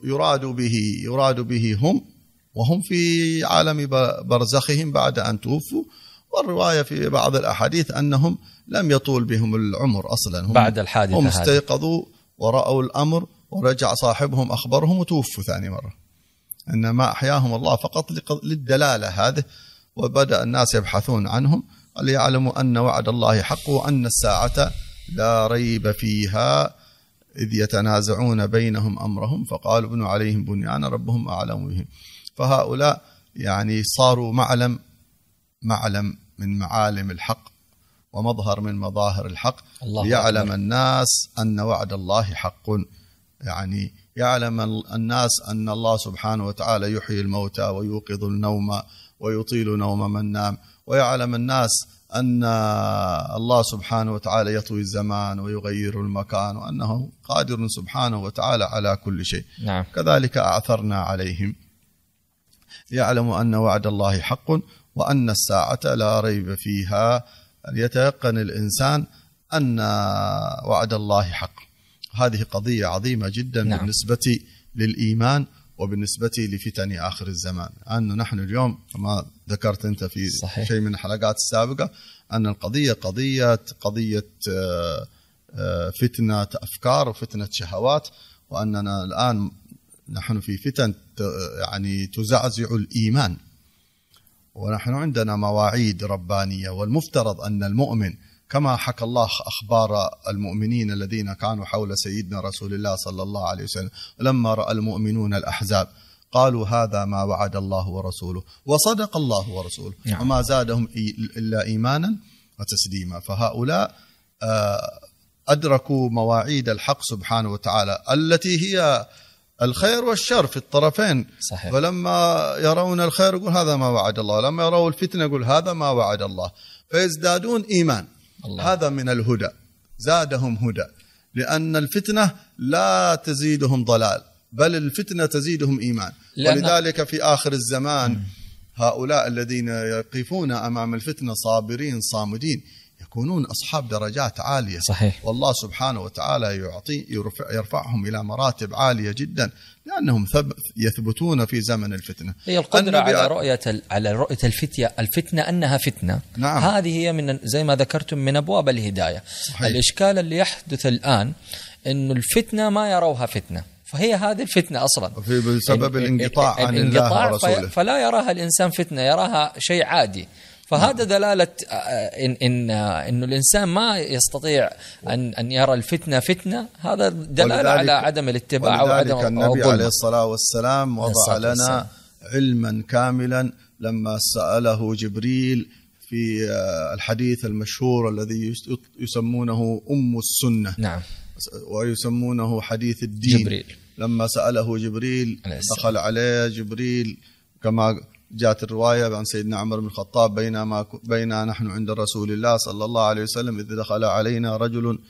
يراد به هم، وهم في عالم برزخهم بعد أن توفوا. والرواية في بعض الأحاديث أنهم لم يطول بهم العمر أصلا، هم بعد الحادثة هم استيقظوا ورأوا الأمر ورجع صاحبهم أخبرهم وتوفوا ثاني مرة. إنما أحياهم الله فقط للدلالة هذه. وبدأ الناس يبحثون عنهم ليعلموا أن وعد الله حق وأن الساعة لا ريب فيها إذ يتنازعون بينهم أمرهم فقالوا ابنوا عليهم بنيان ربهم أعلم بهم. فهؤلاء يعني صاروا معلم من معالم الحق ومظهر من مظاهر الحق، ليعلم الناس أن وعد الله حق. يعني يعلم الناس أن الله سبحانه وتعالى يحيي الموتى ويوقظ النوم ويطيل نوم من نام، ويعلم الناس أن الله سبحانه وتعالى يطوي الزمان ويغير المكان، وأنه قادر سبحانه وتعالى على كل شيء. نعم. كذلك أعثرنا عليهم ليعلموا أن وعد الله حق وأن الساعة لا ريب فيها. يتيقن الإنسان أن وعد الله حق. هذه قضية عظيمة جدا. نعم. بالنسبة للإيمان وبالنسبة لفتن آخر الزمان. أنه نحن اليوم كما ذكرت أنت في صحيح. شيء من الحلقات السابقة أن القضية قضية فتنة أفكار وفتنة شهوات، وأننا الآن نحن في فتن يعني تزعزع الإيمان، ونحن عندنا مواعيد ربانية، والمفترض أن المؤمن كما حكى الله أخبار المؤمنين الذين كانوا حول سيدنا رسول الله صلى الله عليه وسلم، لما رأى المؤمنون الأحزاب قالوا هذا ما وعد الله ورسوله وصدق الله ورسوله وما زادهم إلا إيمانا وتسليما. فهؤلاء أدركوا مواعيد الحق سبحانه وتعالى التي هي الخير والشر في الطرفين. صحيح. فلما يرون الخير يقول هذا ما وعد الله، لما يرون الفتنة يقول هذا ما وعد الله، فيزدادون إيمان. الله. هذا من الهدى، زادهم هدى، لأن الفتنة لا تزيدهم ضلال بل الفتنة تزيدهم إيمان. ولذلك في آخر الزمان هؤلاء الذين يقفون أمام الفتنة صابرين صامدين يكونون أصحاب درجات عالية. صحيح. والله سبحانه وتعالى يرفعهم إلى مراتب عالية جدا، لأنهم يثبتون في زمن الفتنة. هي القدرة على رؤية الفتنة أنها فتنة. نعم. هذه هي من زي ما ذكرتم من أبواب الهداية. صحيح. الإشكال اللي يحدث الآن إنه الفتنة ما يروها فتنة، فهي هذه الفتنة أصلا بسبب الانقطاع عن الله ورسوله، فلا يراها الإنسان فتنة، يراها شيء عادي. فهذا دلالة إنه الإنسان ما يستطيع أن يرى الفتنة فتنة، هذا دلالة على عدم الاتباع وعدم الظلم. النبي عليه الصلاة والسلام وضع لنا علما كاملا لما سأله جبريل في الحديث المشهور الذي يسمونه أم السنة. نعم. ويسمونه حديث الدين. جبريل لما سأله جبريل دخل عليه جبريل كما جاءت الرواية عن سيدنا عمر بن الخطاب بينما نحن عند رسول الله صلى الله عليه وسلم إذ دخل علينا رجل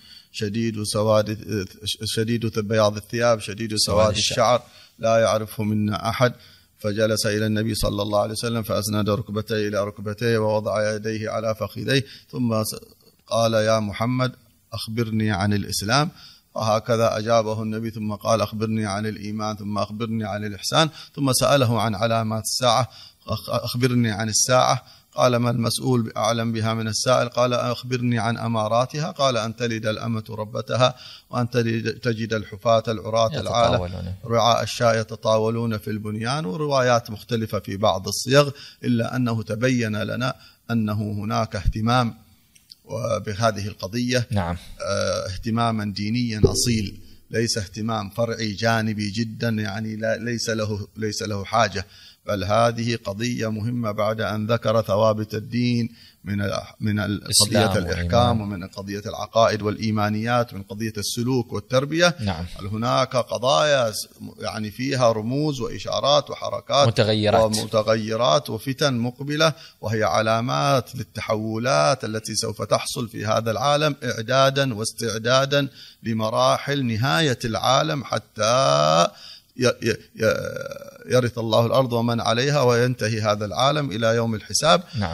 شديد بياض الثياب شديد سواد الشعر لا يعرفه منا أحد، فجلس إلى النبي صلى الله عليه وسلم فأسند ركبتيه إلى ركبتيه ووضع يديه على فخذيه ثم قال يا محمد أخبرني عن الإسلام، وهكذا أجابه النبي ثم قال أخبرني عن الإيمان ثم أخبرني عن الإحسان، ثم سأله عن علامات الساعة أخبرني عن الساعة، قال ما المسؤول بأعلم بها من السائل، قال أخبرني عن أماراتها، قال أن تلد الأمة ربتها وأن تجد الحفاة العراة العالة رعاء الشاء يتطاولون في البنيان، وروايات مختلفة في بعض الصيغ، إلا أنه تبين لنا أنه هناك اهتمام بهذه القضية. نعم. اهتماما دينيا أصيل، ليس اهتمام فرعي جانبي جدا يعني ليس له حاجة، بل هذه قضية مهمة بعد أن ذكر ثوابت الدين من قضية الإحكام ومن قضية العقائد والإيمانيات من قضية السلوك والتربية. نعم. هناك قضايا يعني فيها رموز وإشارات وحركات ومتغيرات وفتن مقبلة، وهي علامات للتحولات التي سوف تحصل في هذا العالم إعدادا واستعدادا لمراحل نهاية العالم حتى يرث الله الأرض ومن عليها وينتهي هذا العالم إلى يوم الحساب. نعم.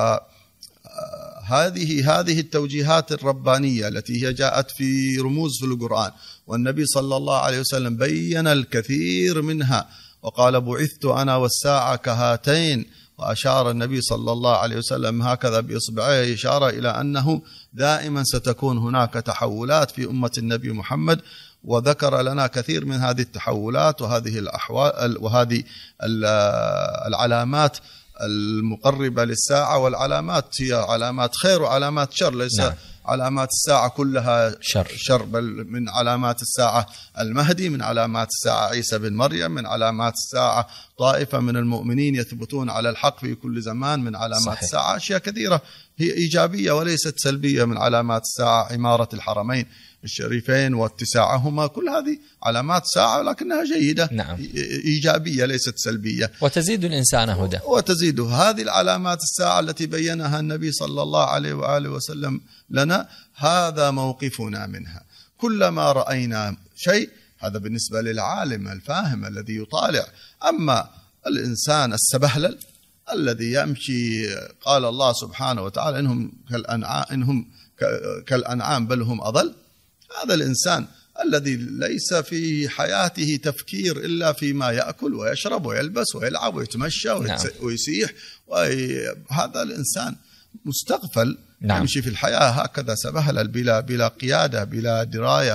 هذه التوجيهات الربانية التي هي جاءت في رموز في القرآن، والنبي صلى الله عليه وسلم بين الكثير منها وقال بعثت أنا والساعة كهاتين، وأشار النبي صلى الله عليه وسلم هكذا بإصبعيه إشارة إلى أنه دائما ستكون هناك تحولات في أمة النبي محمد، وذكر لنا كثير من هذه التحولات وهذه الأحوال وهذه العلامات المقربة للساعة، والعلامات هي علامات خير وعلامات شر، ليس نعم. علامات الساعة كلها شر، بل من علامات الساعة المهدي، من علامات الساعة عيسى بن مريم، من علامات الساعة طائفة من المؤمنين يثبتون على الحق في كل زمان، من علامات صحيح. الساعة أشياء كثيرة هي إيجابية وليست سلبية، من علامات الساعة عمارة الحرمين الشريفين واتساعهما، كل هذه علامات ساعة لكنها جيدة. نعم. إيجابية ليست سلبية، وتزيد الإنسان هدى. وتزيد هذه العلامات الساعة التي بينها النبي صلى الله عليه وآله وسلم لنا، هذا موقفنا منها. كلما رأينا شيء، هذا بالنسبة للعالم الفاهم الذي يطالع، أما الإنسان السبهلل الذي يمشي قال الله سبحانه وتعالى إنهم كالأنعام بل هم أضل، هذا الإنسان الذي ليس في حياته تفكير إلا فيما يأكل ويشرب ويلبس ويلعب ويتمشى ويسيح، وهذا الإنسان مستغفل. نعم. يمشي في الحياة هكذا سبهلل بلا قيادة بلا دراية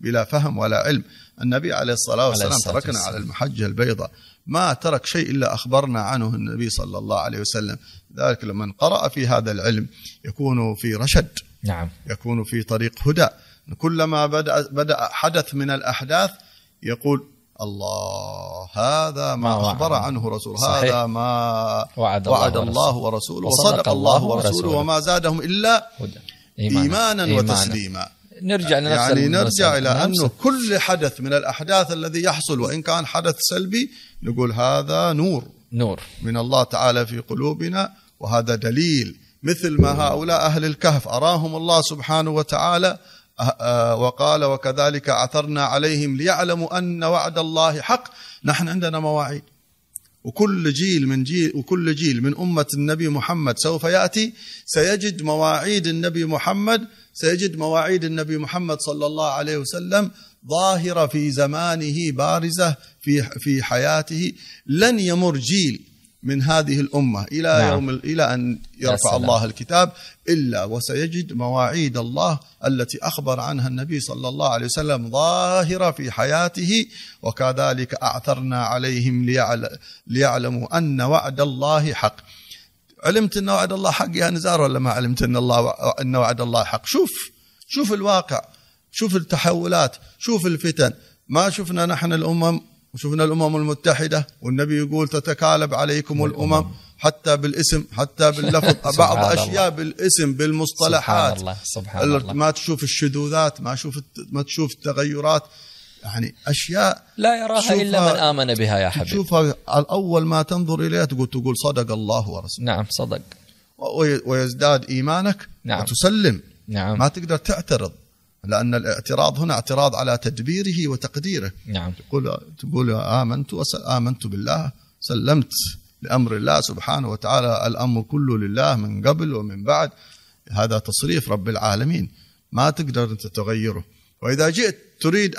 بلا فهم ولا علم. النبي عليه الصلاة والسلام تركنا على المحجة البيضاء، ما ترك شيء إلا أخبرنا عنه النبي صلى الله عليه وسلم. ذلك لمن قرأ في هذا العلم يكون في رشد، نعم، يكون في طريق هدى. كلما بدأ حدث من الأحداث يقول الله هذا ما أخبر عنه رسول، هذا ما وعد الله ورسوله وصدق الله ورسوله وما زادهم إلا إيمانا وتسليما. نرجع يعني نرجع إلى أنه كل حدث من الأحداث الذي يحصل وإن كان حدث سلبي نقول هذا نور من الله تعالى في قلوبنا، وهذا دليل مثل ما هؤلاء أهل الكهف أراهم الله سبحانه وتعالى وقال وكذلك عثرنا عليهم ليعلموا أن وعد الله حق. نحن عندنا مواعيد، وكل جيل من أمة النبي محمد سوف يأتي سيجد مواعيد النبي محمد صلى الله عليه وسلم ظاهرة في زمانه بارزة في حياته. لن يمر جيل من هذه الأمة إلى أن يرفع الله الكتاب إلا وسيجد مواعيد الله التي أخبر عنها النبي صلى الله عليه وسلم ظاهرة في حياته. وكذلك أعثرنا عليهم ليعلموا أن وعد الله حق. علمت أن وعد الله حق يا نزار ولا ما علمت أن وعد الله حق؟ شوف الواقع، شوف التحولات، شوف الفتن. ما شفنا نحن الأمم، وشفنا الأمم المتحدة والنبي يقول تتكالب عليكم الأمم حتى بالاسم حتى باللفظ بعض أشياء بالاسم بالمصطلحات. سبحان الله. ما تشوف الشذوذات، ما تشوف التغيرات، يعني أشياء لا يراها إلا من آمن بها يا حبيبي. تشوفها أول ما تنظر إليها تقول صدق الله ورسوله. نعم صدق. ويزداد إيمانك. نعم. وتسلم. نعم. ما تقدر تعترض، لأن الاعتراض هنا اعتراض على تدبيره وتقديره. نعم. تقول آمنت بالله، سلمت لأمر الله سبحانه وتعالى، الأمر كله لله من قبل ومن بعد. هذا تصريف رب العالمين ما تقدر أنت تغيره. وإذا جئت تريد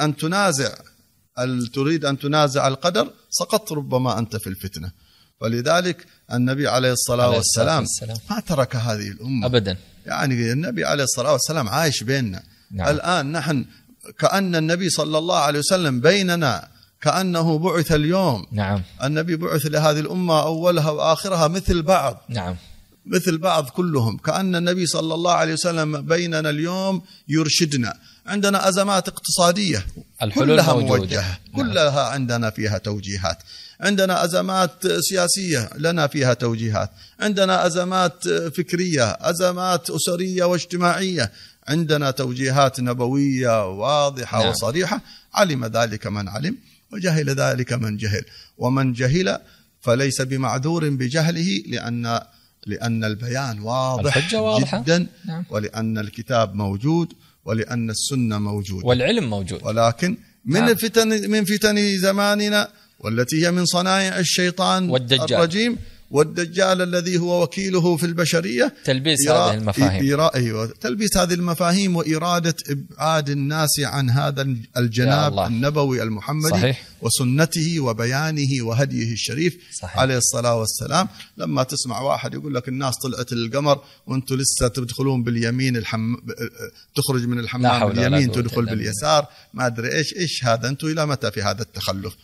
أن تنازع القدر سقطت ربما أنت في الفتنة. ولذلك النبي عليه الصلاة والسلام ما ترك هذه الأمة أبدا. يعني النبي عليه الصلاة والسلام عايش بيننا. نعم. الآن نحن كأن النبي صلى الله عليه وسلم بيننا، كأنه بعث اليوم. نعم. النبي بعث لهذه الأمة أولها وآخرها مثل بعض. نعم. مثل بعض كلهم، كأن النبي صلى الله عليه وسلم بيننا اليوم يرشدنا. عندنا أزمات اقتصادية كلها موجهة. نعم. كلها عندنا فيها توجيهات. عندنا أزمات سياسية لنا فيها توجيهات. عندنا أزمات فكرية، أزمات أسرية واجتماعية، عندنا توجيهات نبوية واضحة. نعم. وصريحة. علم ذلك من علم وجهل ذلك من جهل، ومن جهل فليس بمعذور بجهله لأن البيان واضح جدا. نعم. ولأن الكتاب موجود، ولأن السنة موجودة، والعلم موجود. ولكن من فتن زماننا والتي هي من صنائع الشيطان الرجيم والدجال الذي هو وكيله في البشرية، تلبيس هذه المفاهيم. تلبيس هذه المفاهيم وإرادة إبعاد الناس عن هذا الجناب النبوي المحمدي. صحيح. وسنته وبيانه وهديه الشريف. صحيح. عليه الصلاة والسلام. لما تسمع واحد يقول لك الناس طلعت للقمر وانتم لسه تدخلون باليمين، تخرج من الحمام باليمين تدخل باليسار، ما أدري إيش هذا، أنتم إلى متى في هذا التخلف؟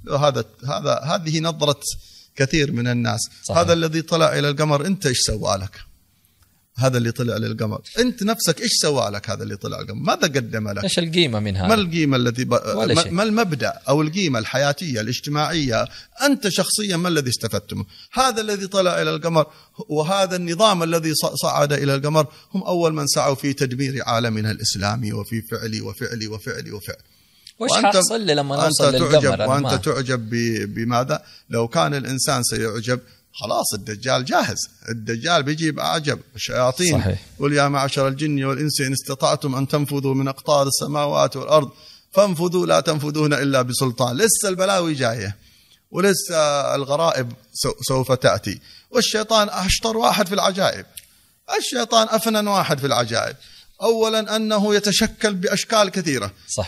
هذه نظرة كثير من الناس. صحيح. هذا الذي طلع إلى القمر أنت إيش سوى لك؟ هذا اللي طلع للقمر أنت نفسك إيش سوى لك؟ هذا اللي طلع القمر ماذا قدم لك؟ إيش القيمة من هذا؟ ما القيمة ما المبدأ أو القيمة الحياتية الاجتماعية؟ أنت شخصيا ما الذي استفدت؟ هذا الذي طلع إلى القمر وهذا النظام الذي صعد إلى القمر هم أول من سعوا في تدمير عالمنا الإسلامي وفي فعل. وش حصل لما نوصل للقمر؟ وأنت تعجب بماذا؟ لو كان الإنسان سيعجب خلاص الدجال جاهز. الدجال بيجيب أعجب الشياطين. صحيح. قل يا معشر الجن والإنس إن استطعتم أن تنفذوا من أقطار السماوات والأرض فانفذوا لا تنفذون إلا بسلطان. لسه البلاوي جاية ولسه الغرائب سوف تأتي. والشيطان أشطر واحد في العجائب، الشيطان أفنن واحد في العجائب. أولا أنه يتشكل بأشكال كثيرة. صحيح.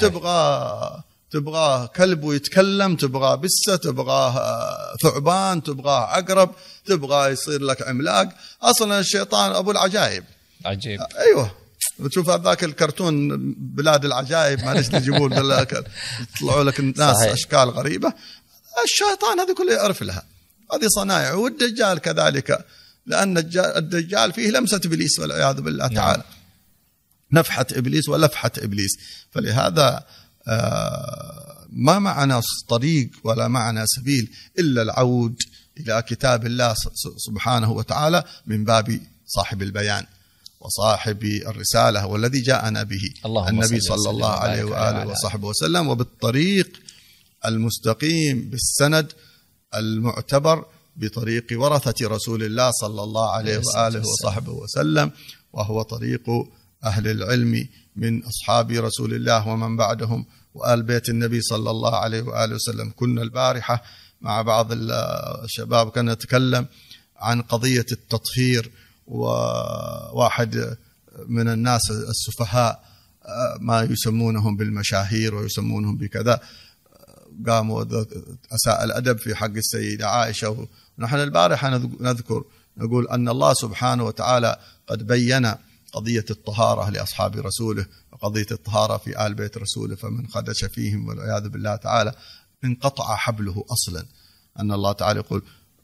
تبغى كلب ويتكلم، تبغى بسة، تبغى ثعبان، تبغى عقرب، تبغى يصير لك عملاق. أصلا الشيطان أبو العجائب. عجيب. أيوة. وتشوف هذاك الكرتون بلاد العجائب ما ليش يجيبون يطلعوا لك الناس صحيح. أشكال غريبة. الشيطان هذه كلها يعرف لها، هذه صنائع. والدجال كذلك، لأن الدجال فيه لمسة إبليس والعياذ بالله تعالى، نفحة إبليس ولفحة إبليس. فلهذا ما معنا طريق ولا معنا سبيل إلا العود إلى كتاب الله سبحانه وتعالى من باب صاحب البيان وصاحب الرسالة والذي جاءنا به النبي صلى الله عليه وآله وصحبه وسلم، وبالطريق المستقيم بالسند المعتبر بطريق ورثة رسول الله صلى الله عليه وآله وصحبه وسلم، وهو طريق أهل العلم من أصحاب رسول الله ومن بعدهم وآل بيت النبي صلى الله عليه وآله وسلم. كنا البارحة مع بعض الشباب كنا نتكلم عن قضية التطهير، وواحد من الناس السفهاء ما يسمونهم بالمشاهير ويسمونهم بكذا قاموا أساء الأدب في حق السيدة عائشة. ونحن البارحة نذكر نقول أن الله سبحانه وتعالى قد بين قضية الطهارة لأصحاب رسوله وقضية الطهارة في آل بيت رسوله، فمن خدش فيهم والعياذ بالله تعالى انقطع حبله أصلا. أن الله تعالى يقول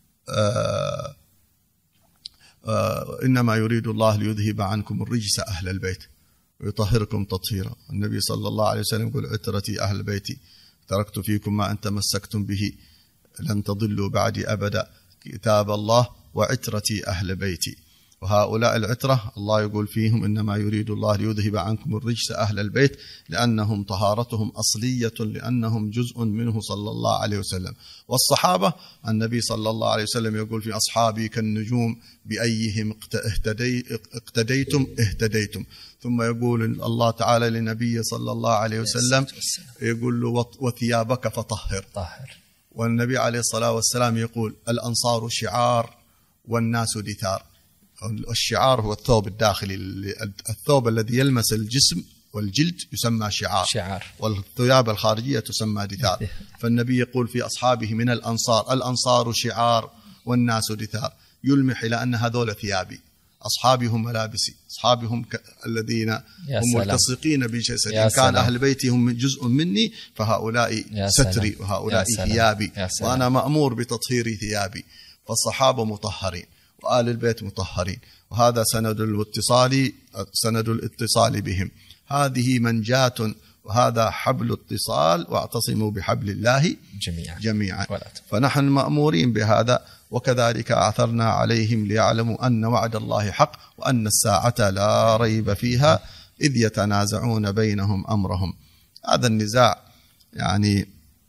إنما يريد الله ليذهب عنكم الرجس أهل البيت ويطهركم تطهيرا. النبي صلى الله عليه وسلم يقول عترتي أهل بيتي تركت فيكم ما أن تمسكتم به لن تضلوا بعدي أبدا، كتاب الله وعترتي أهل بيتي. وهؤلاء العترة الله يقول فيهم إنما يريد الله ليذهب عنكم الرجس أهل البيت، لأنهم طهارتهم أصلية، لأنهم جزء منه صلى الله عليه وسلم. والصحابة النبي صلى الله عليه وسلم يقول في أصحابي كالنجوم بأيهم اقتديتم اهتديتم. ثم يقول الله تعالى لنبي صلى الله عليه وسلم يقول له وثيابك فطهر. والنبي عليه الصلاة والسلام يقول الأنصار شعار والناس دثار. الشعار هو الثوب الداخلي، الثوب الذي يلمس الجسم والجلد يسمى شعار، والثياب الخارجية تسمى دثار. فالنبي يقول في أصحابه من الأنصار شعار والناس دثار، يلمح إلى أن هذول ثيابي، أصحابي هم ملابسي، أصحابي هم الذين هم ملتصقين بجسدي، كان أهل بيتي هم جزء مني، فهؤلاء ستري وهؤلاء ثيابي، وأنا مأمور بتطهير ثيابي. فالصحابة مطهرين وآل البيت مطهرين، وهذا سند الاتصال بهم. هذه منجاة وهذا حبل اتصال، واعتصموا بحبل الله جميعا. فنحن مأمورين بهذا، وكذلك أعثرنا عليهم ليعلموا أن وعد الله حق وأن الساعة لا ريب فيها إذ يتنازعون بينهم أمرهم. هذا النزاع يعني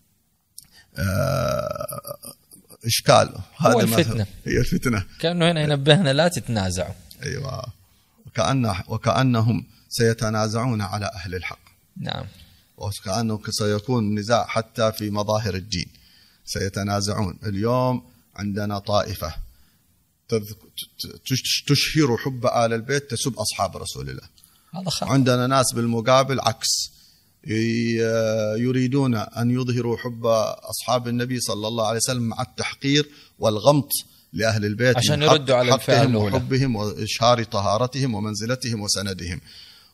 إشكال، هو الفتنة، هي الفتنة. كأنه هنا ينبهنا لا تتنازعوا. أيوة، وكأنهم سيتنازعون على أهل الحق. نعم. وكأنه سيكون نزاع حتى في مظاهر الدين، سيتنازعون. اليوم عندنا طائفة تشهر حب آل البيت تسب أصحاب رسول الله. هذا خطأ. عندنا ناس بالمقابل عكس، يريدون أن يظهروا حب أصحاب النبي صلى الله عليه وسلم مع التحقير والغمط لأهل البيت عشان يردوا على الفئة الأولى، وحبهم وإشهار طهارتهم ومنزلتهم وسندهم.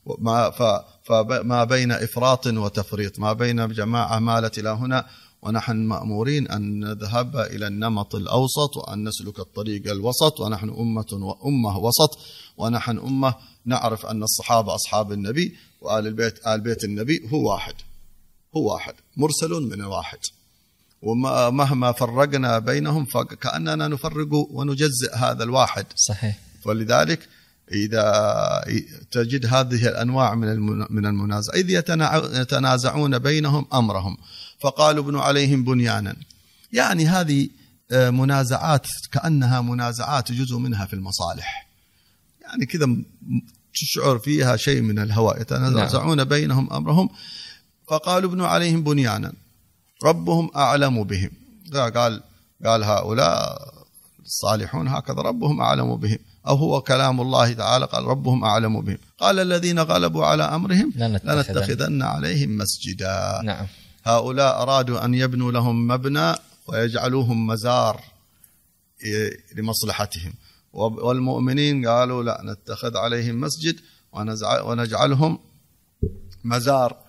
فما بين إفراط وتفريط، ما بين جماعة مالت إلى هنا، ونحن مأمورين أن نذهب إلى النمط الأوسط وأن نسلك الطريق الوسط. ونحن أمة وسط، ونحن أمة نعرف أن الصحابة أصحاب النبي، وآل البيت آل بيت النبي هو واحد مرسل من واحد، ومهما فرقنا بينهم فكأننا نفرق ونجزئ هذا الواحد. صحيح. ولذلك إذا تجد هذه الأنواع من المنازع، إذ يتنازعون بينهم أمرهم فقالوا ابنوا عليهم بنيانا، يعني هذه منازعات كأنها منازعات جزء منها في المصالح، يعني كذا تشعر فيها شيء من الهواء. يتنازعون بينهم أمرهم فقالوا ابنوا عليهم بنيانا ربهم أعلم بهم. قال هؤلاء الصالحون هكذا ربهم أعلم بهم، أو هو كلام الله تعالى قال ربهم أعلم بهم. قال الذين غلبوا على أمرهم لنتخذن عليهم مسجدا. نعم. هؤلاء أرادوا أن يبنوا لهم مبنى ويجعلوهم مزار لمصلحتهم، والمؤمنين قالوا لا نتخذ عليهم مسجد ونجعلهم مزار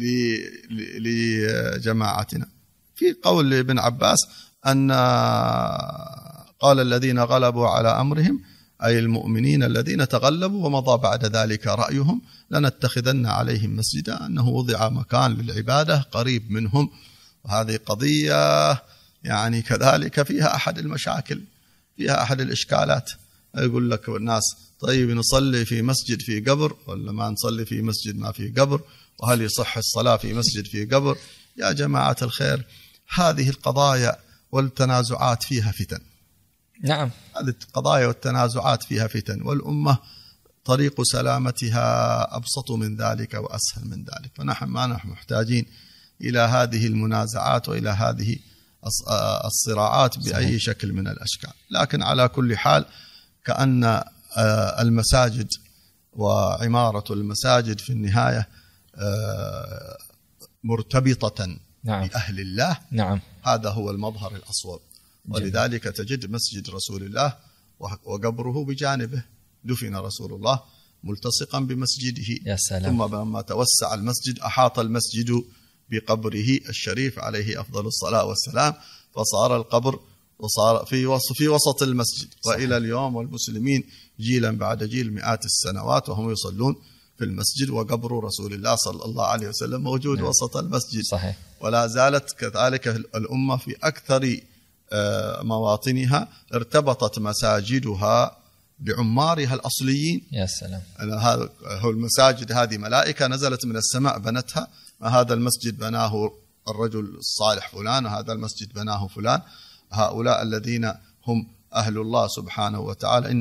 لجماعتنا. في قول ابن عباس أن قال الذين غلبوا على أمرهم أي المؤمنين الذين تغلبوا ومضى بعد ذلك رأيهم لنتخذن عليهم مسجدا، أنه وضع مكان للعبادة قريب منهم. وهذه قضية يعني كذلك فيها أحد المشاكل، فيها أحد الإشكالات. يقول لك الناس طيب نصلي في مسجد في قبر ولا ما نصلي في مسجد ما في قبر، وهل يصح الصلاة في مسجد في قبر؟ يا جماعة الخير، هذه القضايا والتنازعات فيها فتن. نعم، هذه القضايا والتنازعات فيها فتن، والأمة طريق سلامتها أبسط من ذلك وأسهل من ذلك. فنحن ما نحن محتاجين إلى هذه المنازعات وإلى هذه الصراعات بأي شكل من الأشكال. لكن على كل حال كأن المساجد وعمارة المساجد في النهاية مرتبطة نعم. بأهل الله. نعم. هذا هو المظهر الأصوب. ولذلك تجد مسجد رسول الله وقبره بجانبه، دفن رسول الله ملتصقا بمسجده. يا سلام. ثم لما توسع المسجد أحاط المسجد بقبره الشريف عليه أفضل الصلاة والسلام، فصار القبر وصار في وسط المسجد. صحيح. وإلى اليوم والمسلمين جيلا بعد جيل مئات السنوات وهم يصلون في المسجد، وقبر رسول الله صلى الله عليه وسلم موجود. نعم. وسط المسجد. صحيح. ولا زالت كذلك الأمة في أكثر مواطنها ارتبطت مساجدها بعمارها الأصليين. يا سلام. هذا هو المساجد، هذه ملائكة نزلت من السماء بنتها. هذا المسجد بناه الرجل الصالح فلان، وهذا المسجد بناه فلان. هؤلاء الذين هم أهل الله سبحانه وتعالى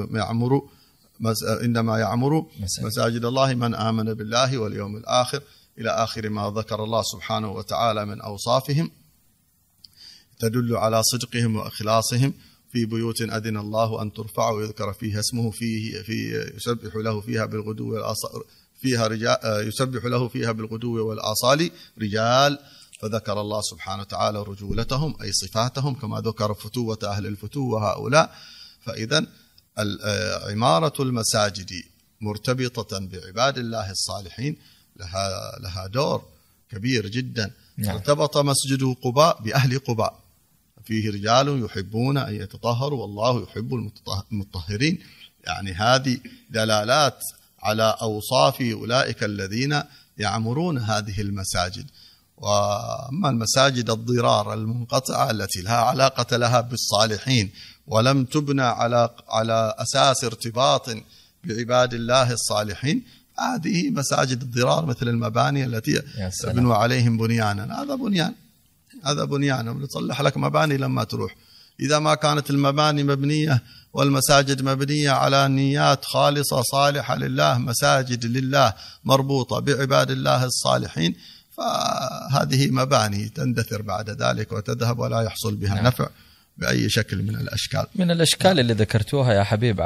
إنما يعمر مساجد الله من آمن بالله واليوم الآخر، إلى آخر ما ذكر الله سبحانه وتعالى من أوصافهم تدل على صدقهم وإخلاصهم. في بيوت أذن الله أن ترفع ويذكر فيها اسمه يسبح له فيها بالغدو والآصال، فيها رجال يسبح له فيها بالغدو والآصال رجال، فذكر الله سبحانه وتعالى رجولتهم أي صفاتهم، كما ذكر فتوة أهل الفتوة هؤلاء. فإذا عمارة المساجد مرتبطة بعباد الله الصالحين، لها دور كبير جدا. ارتبط مسجد قباء بأهل قباء، فيه رجال يحبون أن يتطهروا والله يحب المطهرين. يعني هذه دلالات على أوصاف أولئك الذين يعمرون هذه المساجد. وأما المساجد الضرار المنقطعة التي لا علاقة لها بالصالحين ولم تبنى على أساس ارتباط بعباد الله الصالحين، هذه مساجد الضرار مثل المباني التي تبنوا عليهم بنيانا. هذا بنيان ونصلح لك مباني لما تروح. إذا ما كانت المباني مبنية والمساجد مبنية على نيات خالصة صالحة لله، مساجد لله مربوطة بعباد الله الصالحين، فهذه مباني تندثر بعد ذلك وتذهب ولا يحصل بها نفع بأي شكل من الأشكال. من الأشكال اللي ذكرتوها يا حبيب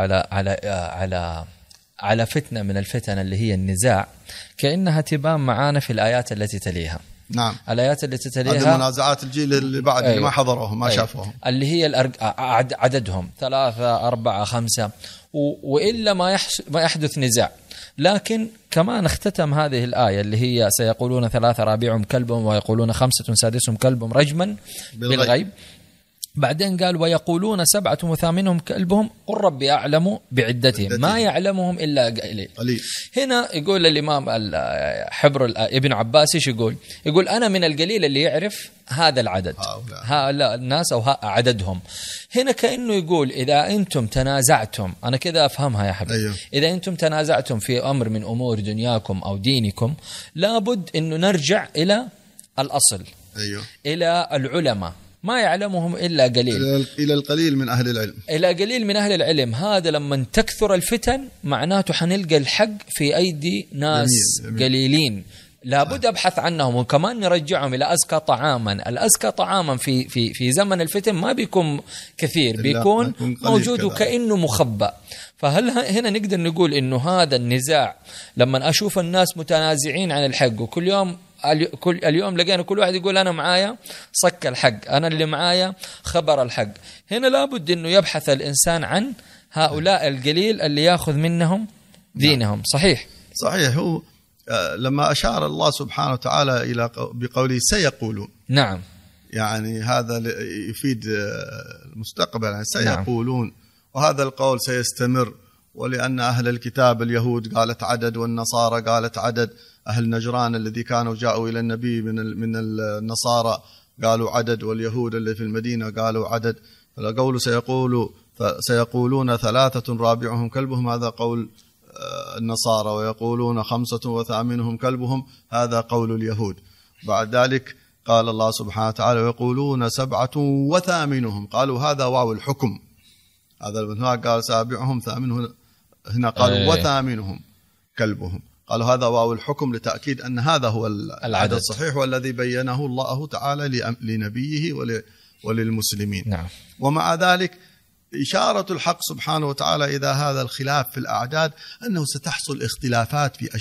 على فتنة من الفتن اللي هي النزاع، كأنها تبان معانا في الآيات التي تليها. نعم. الآيات التي تليها هذه منازعات الجيل اللي بعد. أيوة. اللي ما حضروهم ما شافوهم، اللي هي عددهم 3 4 5، وإلا ما يحدث نزاع. لكن كمان اختتم هذه الآية اللي هي سيقولون 3 رابعهم كلبهم ويقولون 5 سادسهم كلبهم رجما بالغيب. بعدين قال ويقولون 7 وثامنهم كلبهم قل ربي أعلم بعدتهم ما يعلمهم إلا قليل. هنا يقول الإمام حبر ابن عباس إيش يقول أنا من القليل اللي يعرف هذا العدد، هؤلاء الناس أو عددهم. هنا كأنه يقول إذا أنتم تنازعتم، أنا كذا أفهمها يا حبيبي. أيوه. إذا أنتم تنازعتم في أمر من أمور دنياكم أو دينكم، لابد أنه نرجع إلى الأصل. أيوه. إلى العلماء ما يعلمهم إلا قليل، إلى القليل من أهل العلم، إلى قليل من أهل العلم. هذا لما تكثر الفتن معناته حنلقى الحق في أيدي ناس جميل. قليلين لابد أبحث عنهم، وكمان نرجعهم إلى أزكى طعاما. الأزكى طعاما في زمن الفتن ما بيكون كثير، بيكون موجود وكأنه مخبأ. فهل هنا نقدر نقول إنه هذا النزاع لما أشوف الناس متنازعين عن الحق، وكل اليوم لقينا كل واحد يقول أنا معايا صك الحق، أنا اللي معايا خبر الحق، هنا لابد إنه يبحث الإنسان عن هؤلاء القليل اللي يأخذ منهم دينهم. صحيح. هو لما أشار الله سبحانه وتعالى إلى بقوله سيقولون، نعم، يعني هذا يفيد المستقبل، يعني سيقولون. نعم. وهذا القول سيستمر، ولأن أهل الكتاب اليهود قالت عدد والنصارى قالت عدد، أهل نجران الذي كانوا جاءوا إلى النبي من النصارى قالوا عدد، واليهود اللي في المدينة قالوا عدد. فقول سيقولون 3 رابعهم كلبهم، هذا قول النصارى، ويقولون 5 وثامنهم كلبهم، هذا قول اليهود. بعد ذلك قال الله سبحانه وتعالى ويقولون 7 وثامنهم، قالوا هذا واو الحكم، هذا هناك قال 7 ثامنهم، هنا قالوا وثامنهم كلبهم، قالوا هذا واو الحكم لتأكيد أن هذا هو العدد الصحيح والذي بينه الله تعالى لنبيه وللمسلمين. نعم. ومع ذلك إشارة الحق سبحانه وتعالى إذا هذا الخلاف في الأعداد أنه ستحصل اختلافات في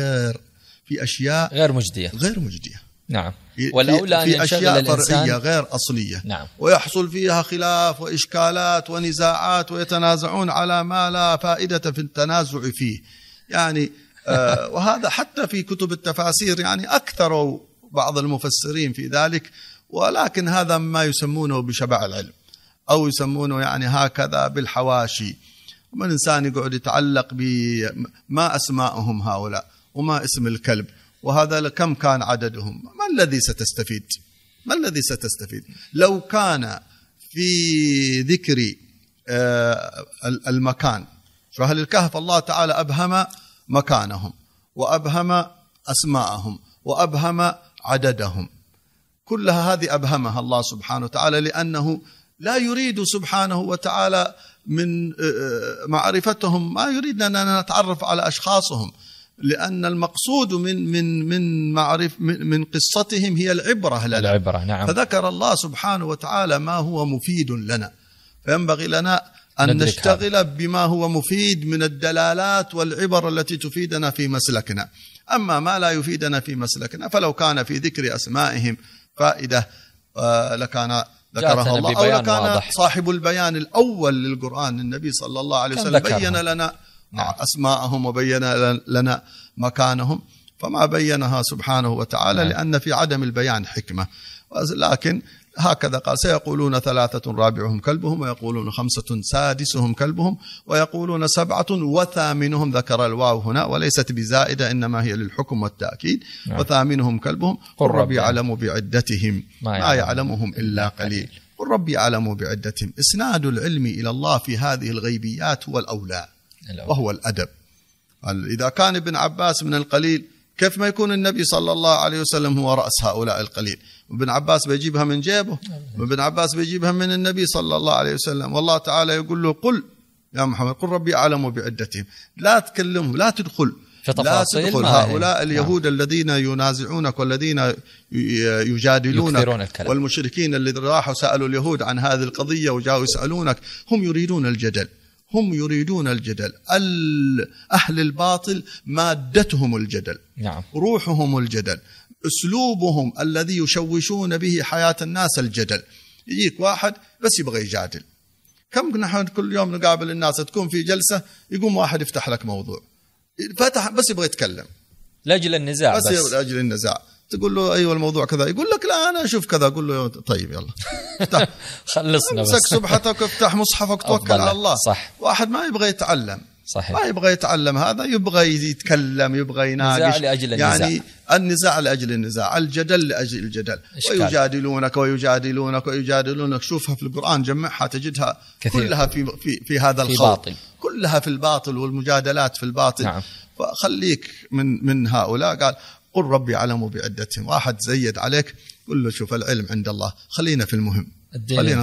أشياء غير مجدية. نعم. والأولى أن في أشياء الإنسان فرعية غير أصلية. نعم. ويحصل فيها خلاف وإشكالات ونزاعات، ويتنازعون على ما لا فائدة في التنازع فيه، يعني وهذا حتى في كتب التفاسير يعني أكثر بعض المفسرين في ذلك، ولكن هذا ما يسمونه بشبع العلم، أو يسمونه يعني هكذا بالحواشي. ومن إنسان يقعد يتعلق بما أسماءهم هؤلاء وما اسم الكلب، وهذا كم كان عددهم، ما الذي ستستفيد لو كان في ذكر المكان. فأهل الكهف الله تعالى أبهم مكانهم، وأبهم أسماءهم، وأبهم عددهم، كلها هذه أبهمها الله سبحانه وتعالى، لأنه لا يريد سبحانه وتعالى من معرفتهم، ما يريد أن نتعرف على أشخاصهم، لأن المقصود من قصتهم هي العبرة لنا. نعم. فذكر الله سبحانه وتعالى ما هو مفيد لنا، فينبغي لنا أن نشتغل بما هو مفيد من الدلالات والعبر التي تفيدنا في مسلكنا. أما ما لا يفيدنا في مسلكنا فلو كان في ذكر أسمائهم فائدة لكان ذكرها الله، أو لكان صاحب البيان الأول للقرآن النبي صلى الله عليه وسلم بين لنا أسماءهم وبين لنا مكانهم، فما بينها سبحانه وتعالى لأن في عدم البيان حكمة. لكن هكذا قال سيقولون 3 رابعهم كلبهم، ويقولون 5 سادسهم كلبهم، ويقولون 7 وثامنهم، ذكر الواو هنا وليست بزائدة إنما هي للحكم والتأكيد. وثامنهم كلبهم قل ربي يعلم بعدتهم ما يعلمهم إلا قليل. قل ربي يعلم بعدتهم. إسناد العلم إلى الله في هذه الغيبيات هو الأولى وهو الأدب. إذا كان ابن عباس من القليل، كيف ما يكون النبي صلى الله عليه وسلم هو رأس هؤلاء القليل؟ وابن عباس بيجيبها من جيبه، وابن عباس بيجيبها من النبي صلى الله عليه وسلم، والله تعالى يقول له قل يا محمد قل ربي أعلم بعدتهم. لا تكلمهم، لا تدخل هؤلاء اليهود الذين ينازعونك والذين يجادلونك، والمشركين الذين راحوا سألوا اليهود عن هذه القضية وجاءوا يسألونك، هم يريدون الجدل. أهل الباطل مادتهم الجدل، نعم. روحهم الجدل، أسلوبهم الذي يشوشون به حياة الناس الجدل. يجيك واحد بس يبغى يجادل. كم نحن كل يوم نقابل الناس، تكون في جلسة يقوم واحد يفتح لك موضوع، فتح بس يبغى يتكلم لأجل النزاع، بس لأجل النزاع. تقول له أيوة الموضوع كذا، يقول لك لا أنا أشوف كذا. أقول له طيب يلا افتح خلصنا امسك سبحتك وافتح مصحفك توكل على الله. صح. واحد ما يبغى يتعلم، صحيح. ما يبغى يتعلم، هذا يبغى يتكلم، يبغى يناقش، نزاع لأجل النزاع. يعني النزاع لأجل النزاع، الجدل لأجل الجدل. ويجادلونك شوفها في القرآن، جمعها تجدها كثير. كلها في هذا الخوض، كلها في الباطل والمجادلات في الباطل. نعم. فخليك من هؤلاء. قال قل ربي يعلم بعدتهم. واحد زيد عليك قل له شوف العلم عند الله، خلينا في المهم، خلينا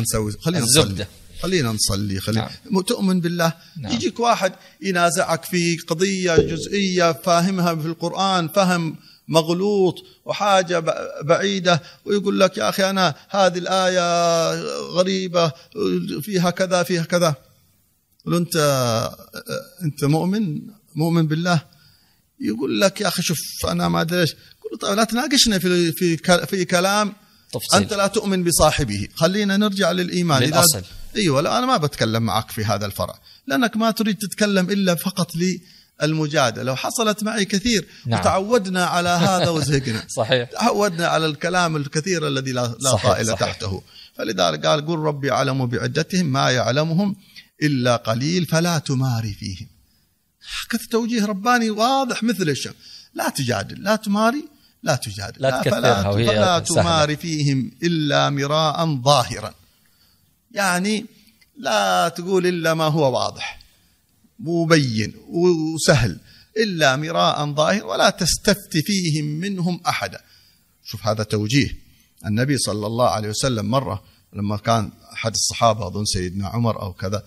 نصلي، نعم. تؤمن بالله. نعم. يجيك واحد ينازعك في قضية جزئية فاهمها في القرآن فهم مغلوط وحاجة بعيدة، ويقول لك يا أخي أنا هذه الآية غريبة فيها كذا فيها كذا. قل أنت مؤمن بالله؟ يقول لك يا أخي شوف أنا ما أدري إيش. قل طيب لا تناقشنا في كلام تفصيل. أنت لا تؤمن بصاحبه، خلينا نرجع للإيمان للأصل. أيوة لا أنا ما بتكلم معك في هذا الفرع، لأنك ما تريد تتكلم إلا فقط المجادلة، وحصلت معي كثير. نعم. وتعودنا على هذا وزهقنا. صحيح. تعودنا على الكلام الكثير الذي لا طائل تحته. فلذلك قال قل ربي أعلم بعدتهم ما يعلمهم إلا قليل فلا تماري فيهم. كذا توجيه رباني واضح مثل الشمس. لا تجادل، لا تماري، لا تجادل، لا تكثرها، فلا تماري فيهم إلا مراء ظاهرا. يعني لا تقول إلا ما هو واضح مبين وسهل، إلا مراء ظاهر، ولا تستفت فيهم منهم أحدا. شوف هذا توجيه النبي صلى الله عليه وسلم. مرة لما كان أحد الصحابة أظن سيدنا عمر أو كذا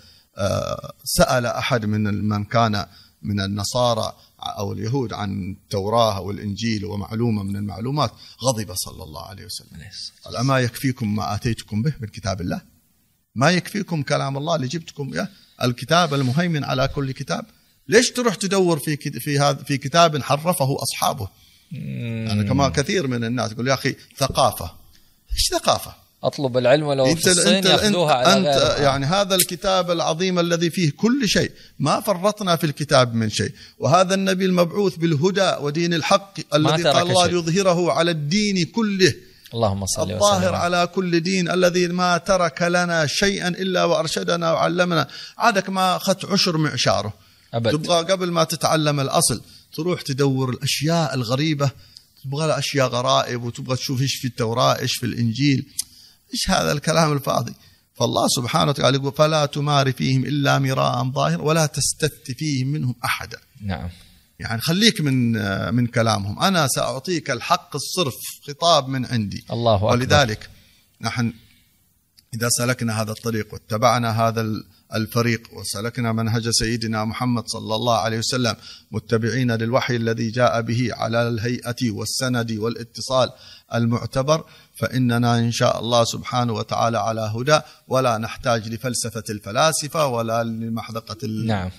سأل أحد من كان من النصارى أو اليهود عن التوراة والإنجيل ومعلومة من المعلومات، غضب صلى الله عليه وسلم قال أما يكفيكم ما آتيتكم به من كتاب الله؟ ما يكفيكم كلام الله اللي جبتكم إياه، الكتاب المهيمن على كل كتاب؟ ليش تروح تدور في كتاب حرفه أصحابه؟ يعني كما كثير من الناس يقول يا أخي ثقافة. إيش ثقافة؟ أطلب العلم ولو في الصين يأخذوها على غير. يعني هذا الكتاب العظيم الذي فيه كل شيء، ما فرطنا في الكتاب من شيء. وهذا النبي المبعوث بالهدى ودين الحق الذي قال الله يظهره على الدين كله، اللهم صل وسلم، الظاهر على كل دين، الذي ما ترك لنا شيئا إلا وأرشدنا وعلمنا. عادك ما أخذت عشر معشاره أبد. تبغى قبل ما تتعلم الأصل تروح تدور الأشياء الغريبة، تبغى أشياء غرائب، وتبغى تشوف إيش في التوراة إيش في الإنجيل. إيش هذا الكلام الفاضي؟ فالله سبحانه وتعالى يقول فلا تماري فيهم إلا مراء ظاهر ولا تستفت فيهم منهم أحدا. نعم. يعني خليك من كلامهم، أنا سأعطيك الحق الصرف، خطاب من عندي. الله أكبر. ولذلك نحن إذا سلكنا هذا الطريق واتبعنا هذا الفريق وسلكنا منهج سيدنا محمد صلى الله عليه وسلم متبعين للوحي الذي جاء به على الهيئة والسند والاتصال المعتبر، فإننا إن شاء الله سبحانه وتعالى على هدى، ولا نحتاج لفلسفة الفلاسفة ولا لمحذقة نعم.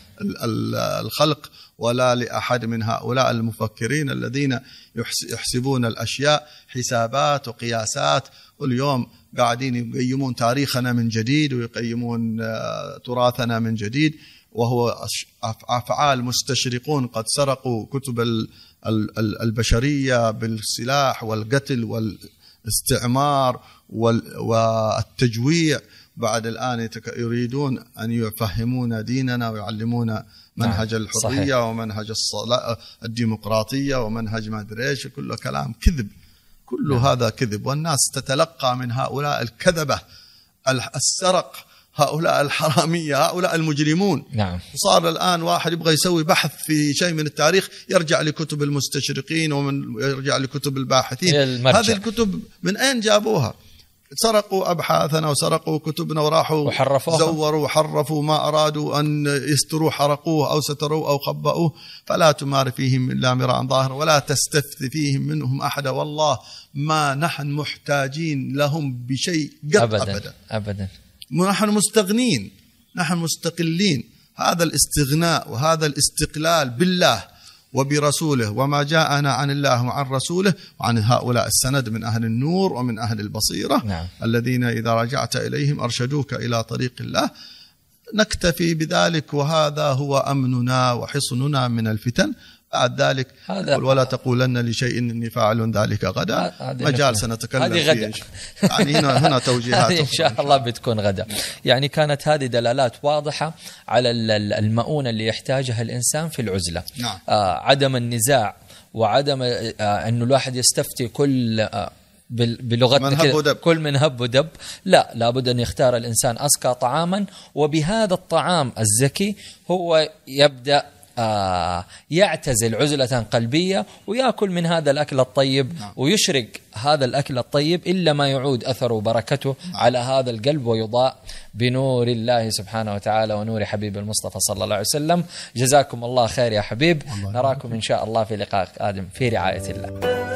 الخلق ولا لأحد من هؤلاء المفكرين الذين يحسبون الأشياء حسابات وقياسات، واليوم قاعدين يقيمون تاريخنا من جديد ويقيمون تراثنا من جديد، وهو أفعال مستشرقون قد سرقوا كتب البشرية بالسلاح والقتل والاستعمار والتجويع. بعد الآن يريدون أن يفهمون ديننا ويعلمون منهج الحرية صحيح. ومنهج الديمقراطية ومنهج ما أدري إيش، كله كلام كذب، كل هذا كذب. والناس تتلقى من هؤلاء الكذبة السرق، هؤلاء الحرامية، هؤلاء المجرمون. نعم. صار الآن واحد يبغى يسوي بحث في شيء من التاريخ يرجع لكتب المستشرقين ويرجع لكتب الباحثين. هذه الكتب من أين جابوها؟ سرقوا أبحاثنا وسرقوا كتبنا وراحوا زوروا وحرفوا ما أرادوا أن يستروا، حرقوه أو ستروه أو خبأوه. فلا تمار فيهم إلا مراء ظاهر ولا تستفت فيهم منهم أحدا، والله ما نحن محتاجين لهم بشيء أبدا أبدا. نحن مستغنين، نحن مستقلين. هذا الاستغناء وهذا الاستقلال بالله وبرسوله وما جاءنا عن الله وعن رسوله وعن هؤلاء السند من أهل النور ومن أهل البصيرة. نعم. الذين إذا رجعت إليهم أرشدوك إلى طريق الله. نكتفي بذلك، وهذا هو أمننا وحصننا من الفتن. بعد ذلك ولا تقولن لشيء إني فاعل ذلك غدا، مجال سنتكلم فيه. يعني هنا توجيهات إن شاء الله بتكون غدا. يعني كانت هذه دلالات واضحة على المؤونة اللي يحتاجها الإنسان في العزلة. نعم. عدم النزاع وعدم أنه الواحد يستفتي كل بلغتنا كل من هب ودب. لا، لابد أن يختار الإنسان أزكى طعاما، وبهذا الطعام الزكي هو يبدأ يعتزل عزلة قلبية ويأكل من هذا الأكل الطيب. نعم. ويشرق هذا الأكل الطيب إلا ما يعود أثره وبركته. نعم. على هذا القلب ويضاء بنور الله سبحانه وتعالى ونور حبيب المصطفى صلى الله عليه وسلم. جزاكم الله خير يا حبيب. نراكم إن شاء الله في لقاء قادم في رعاية الله.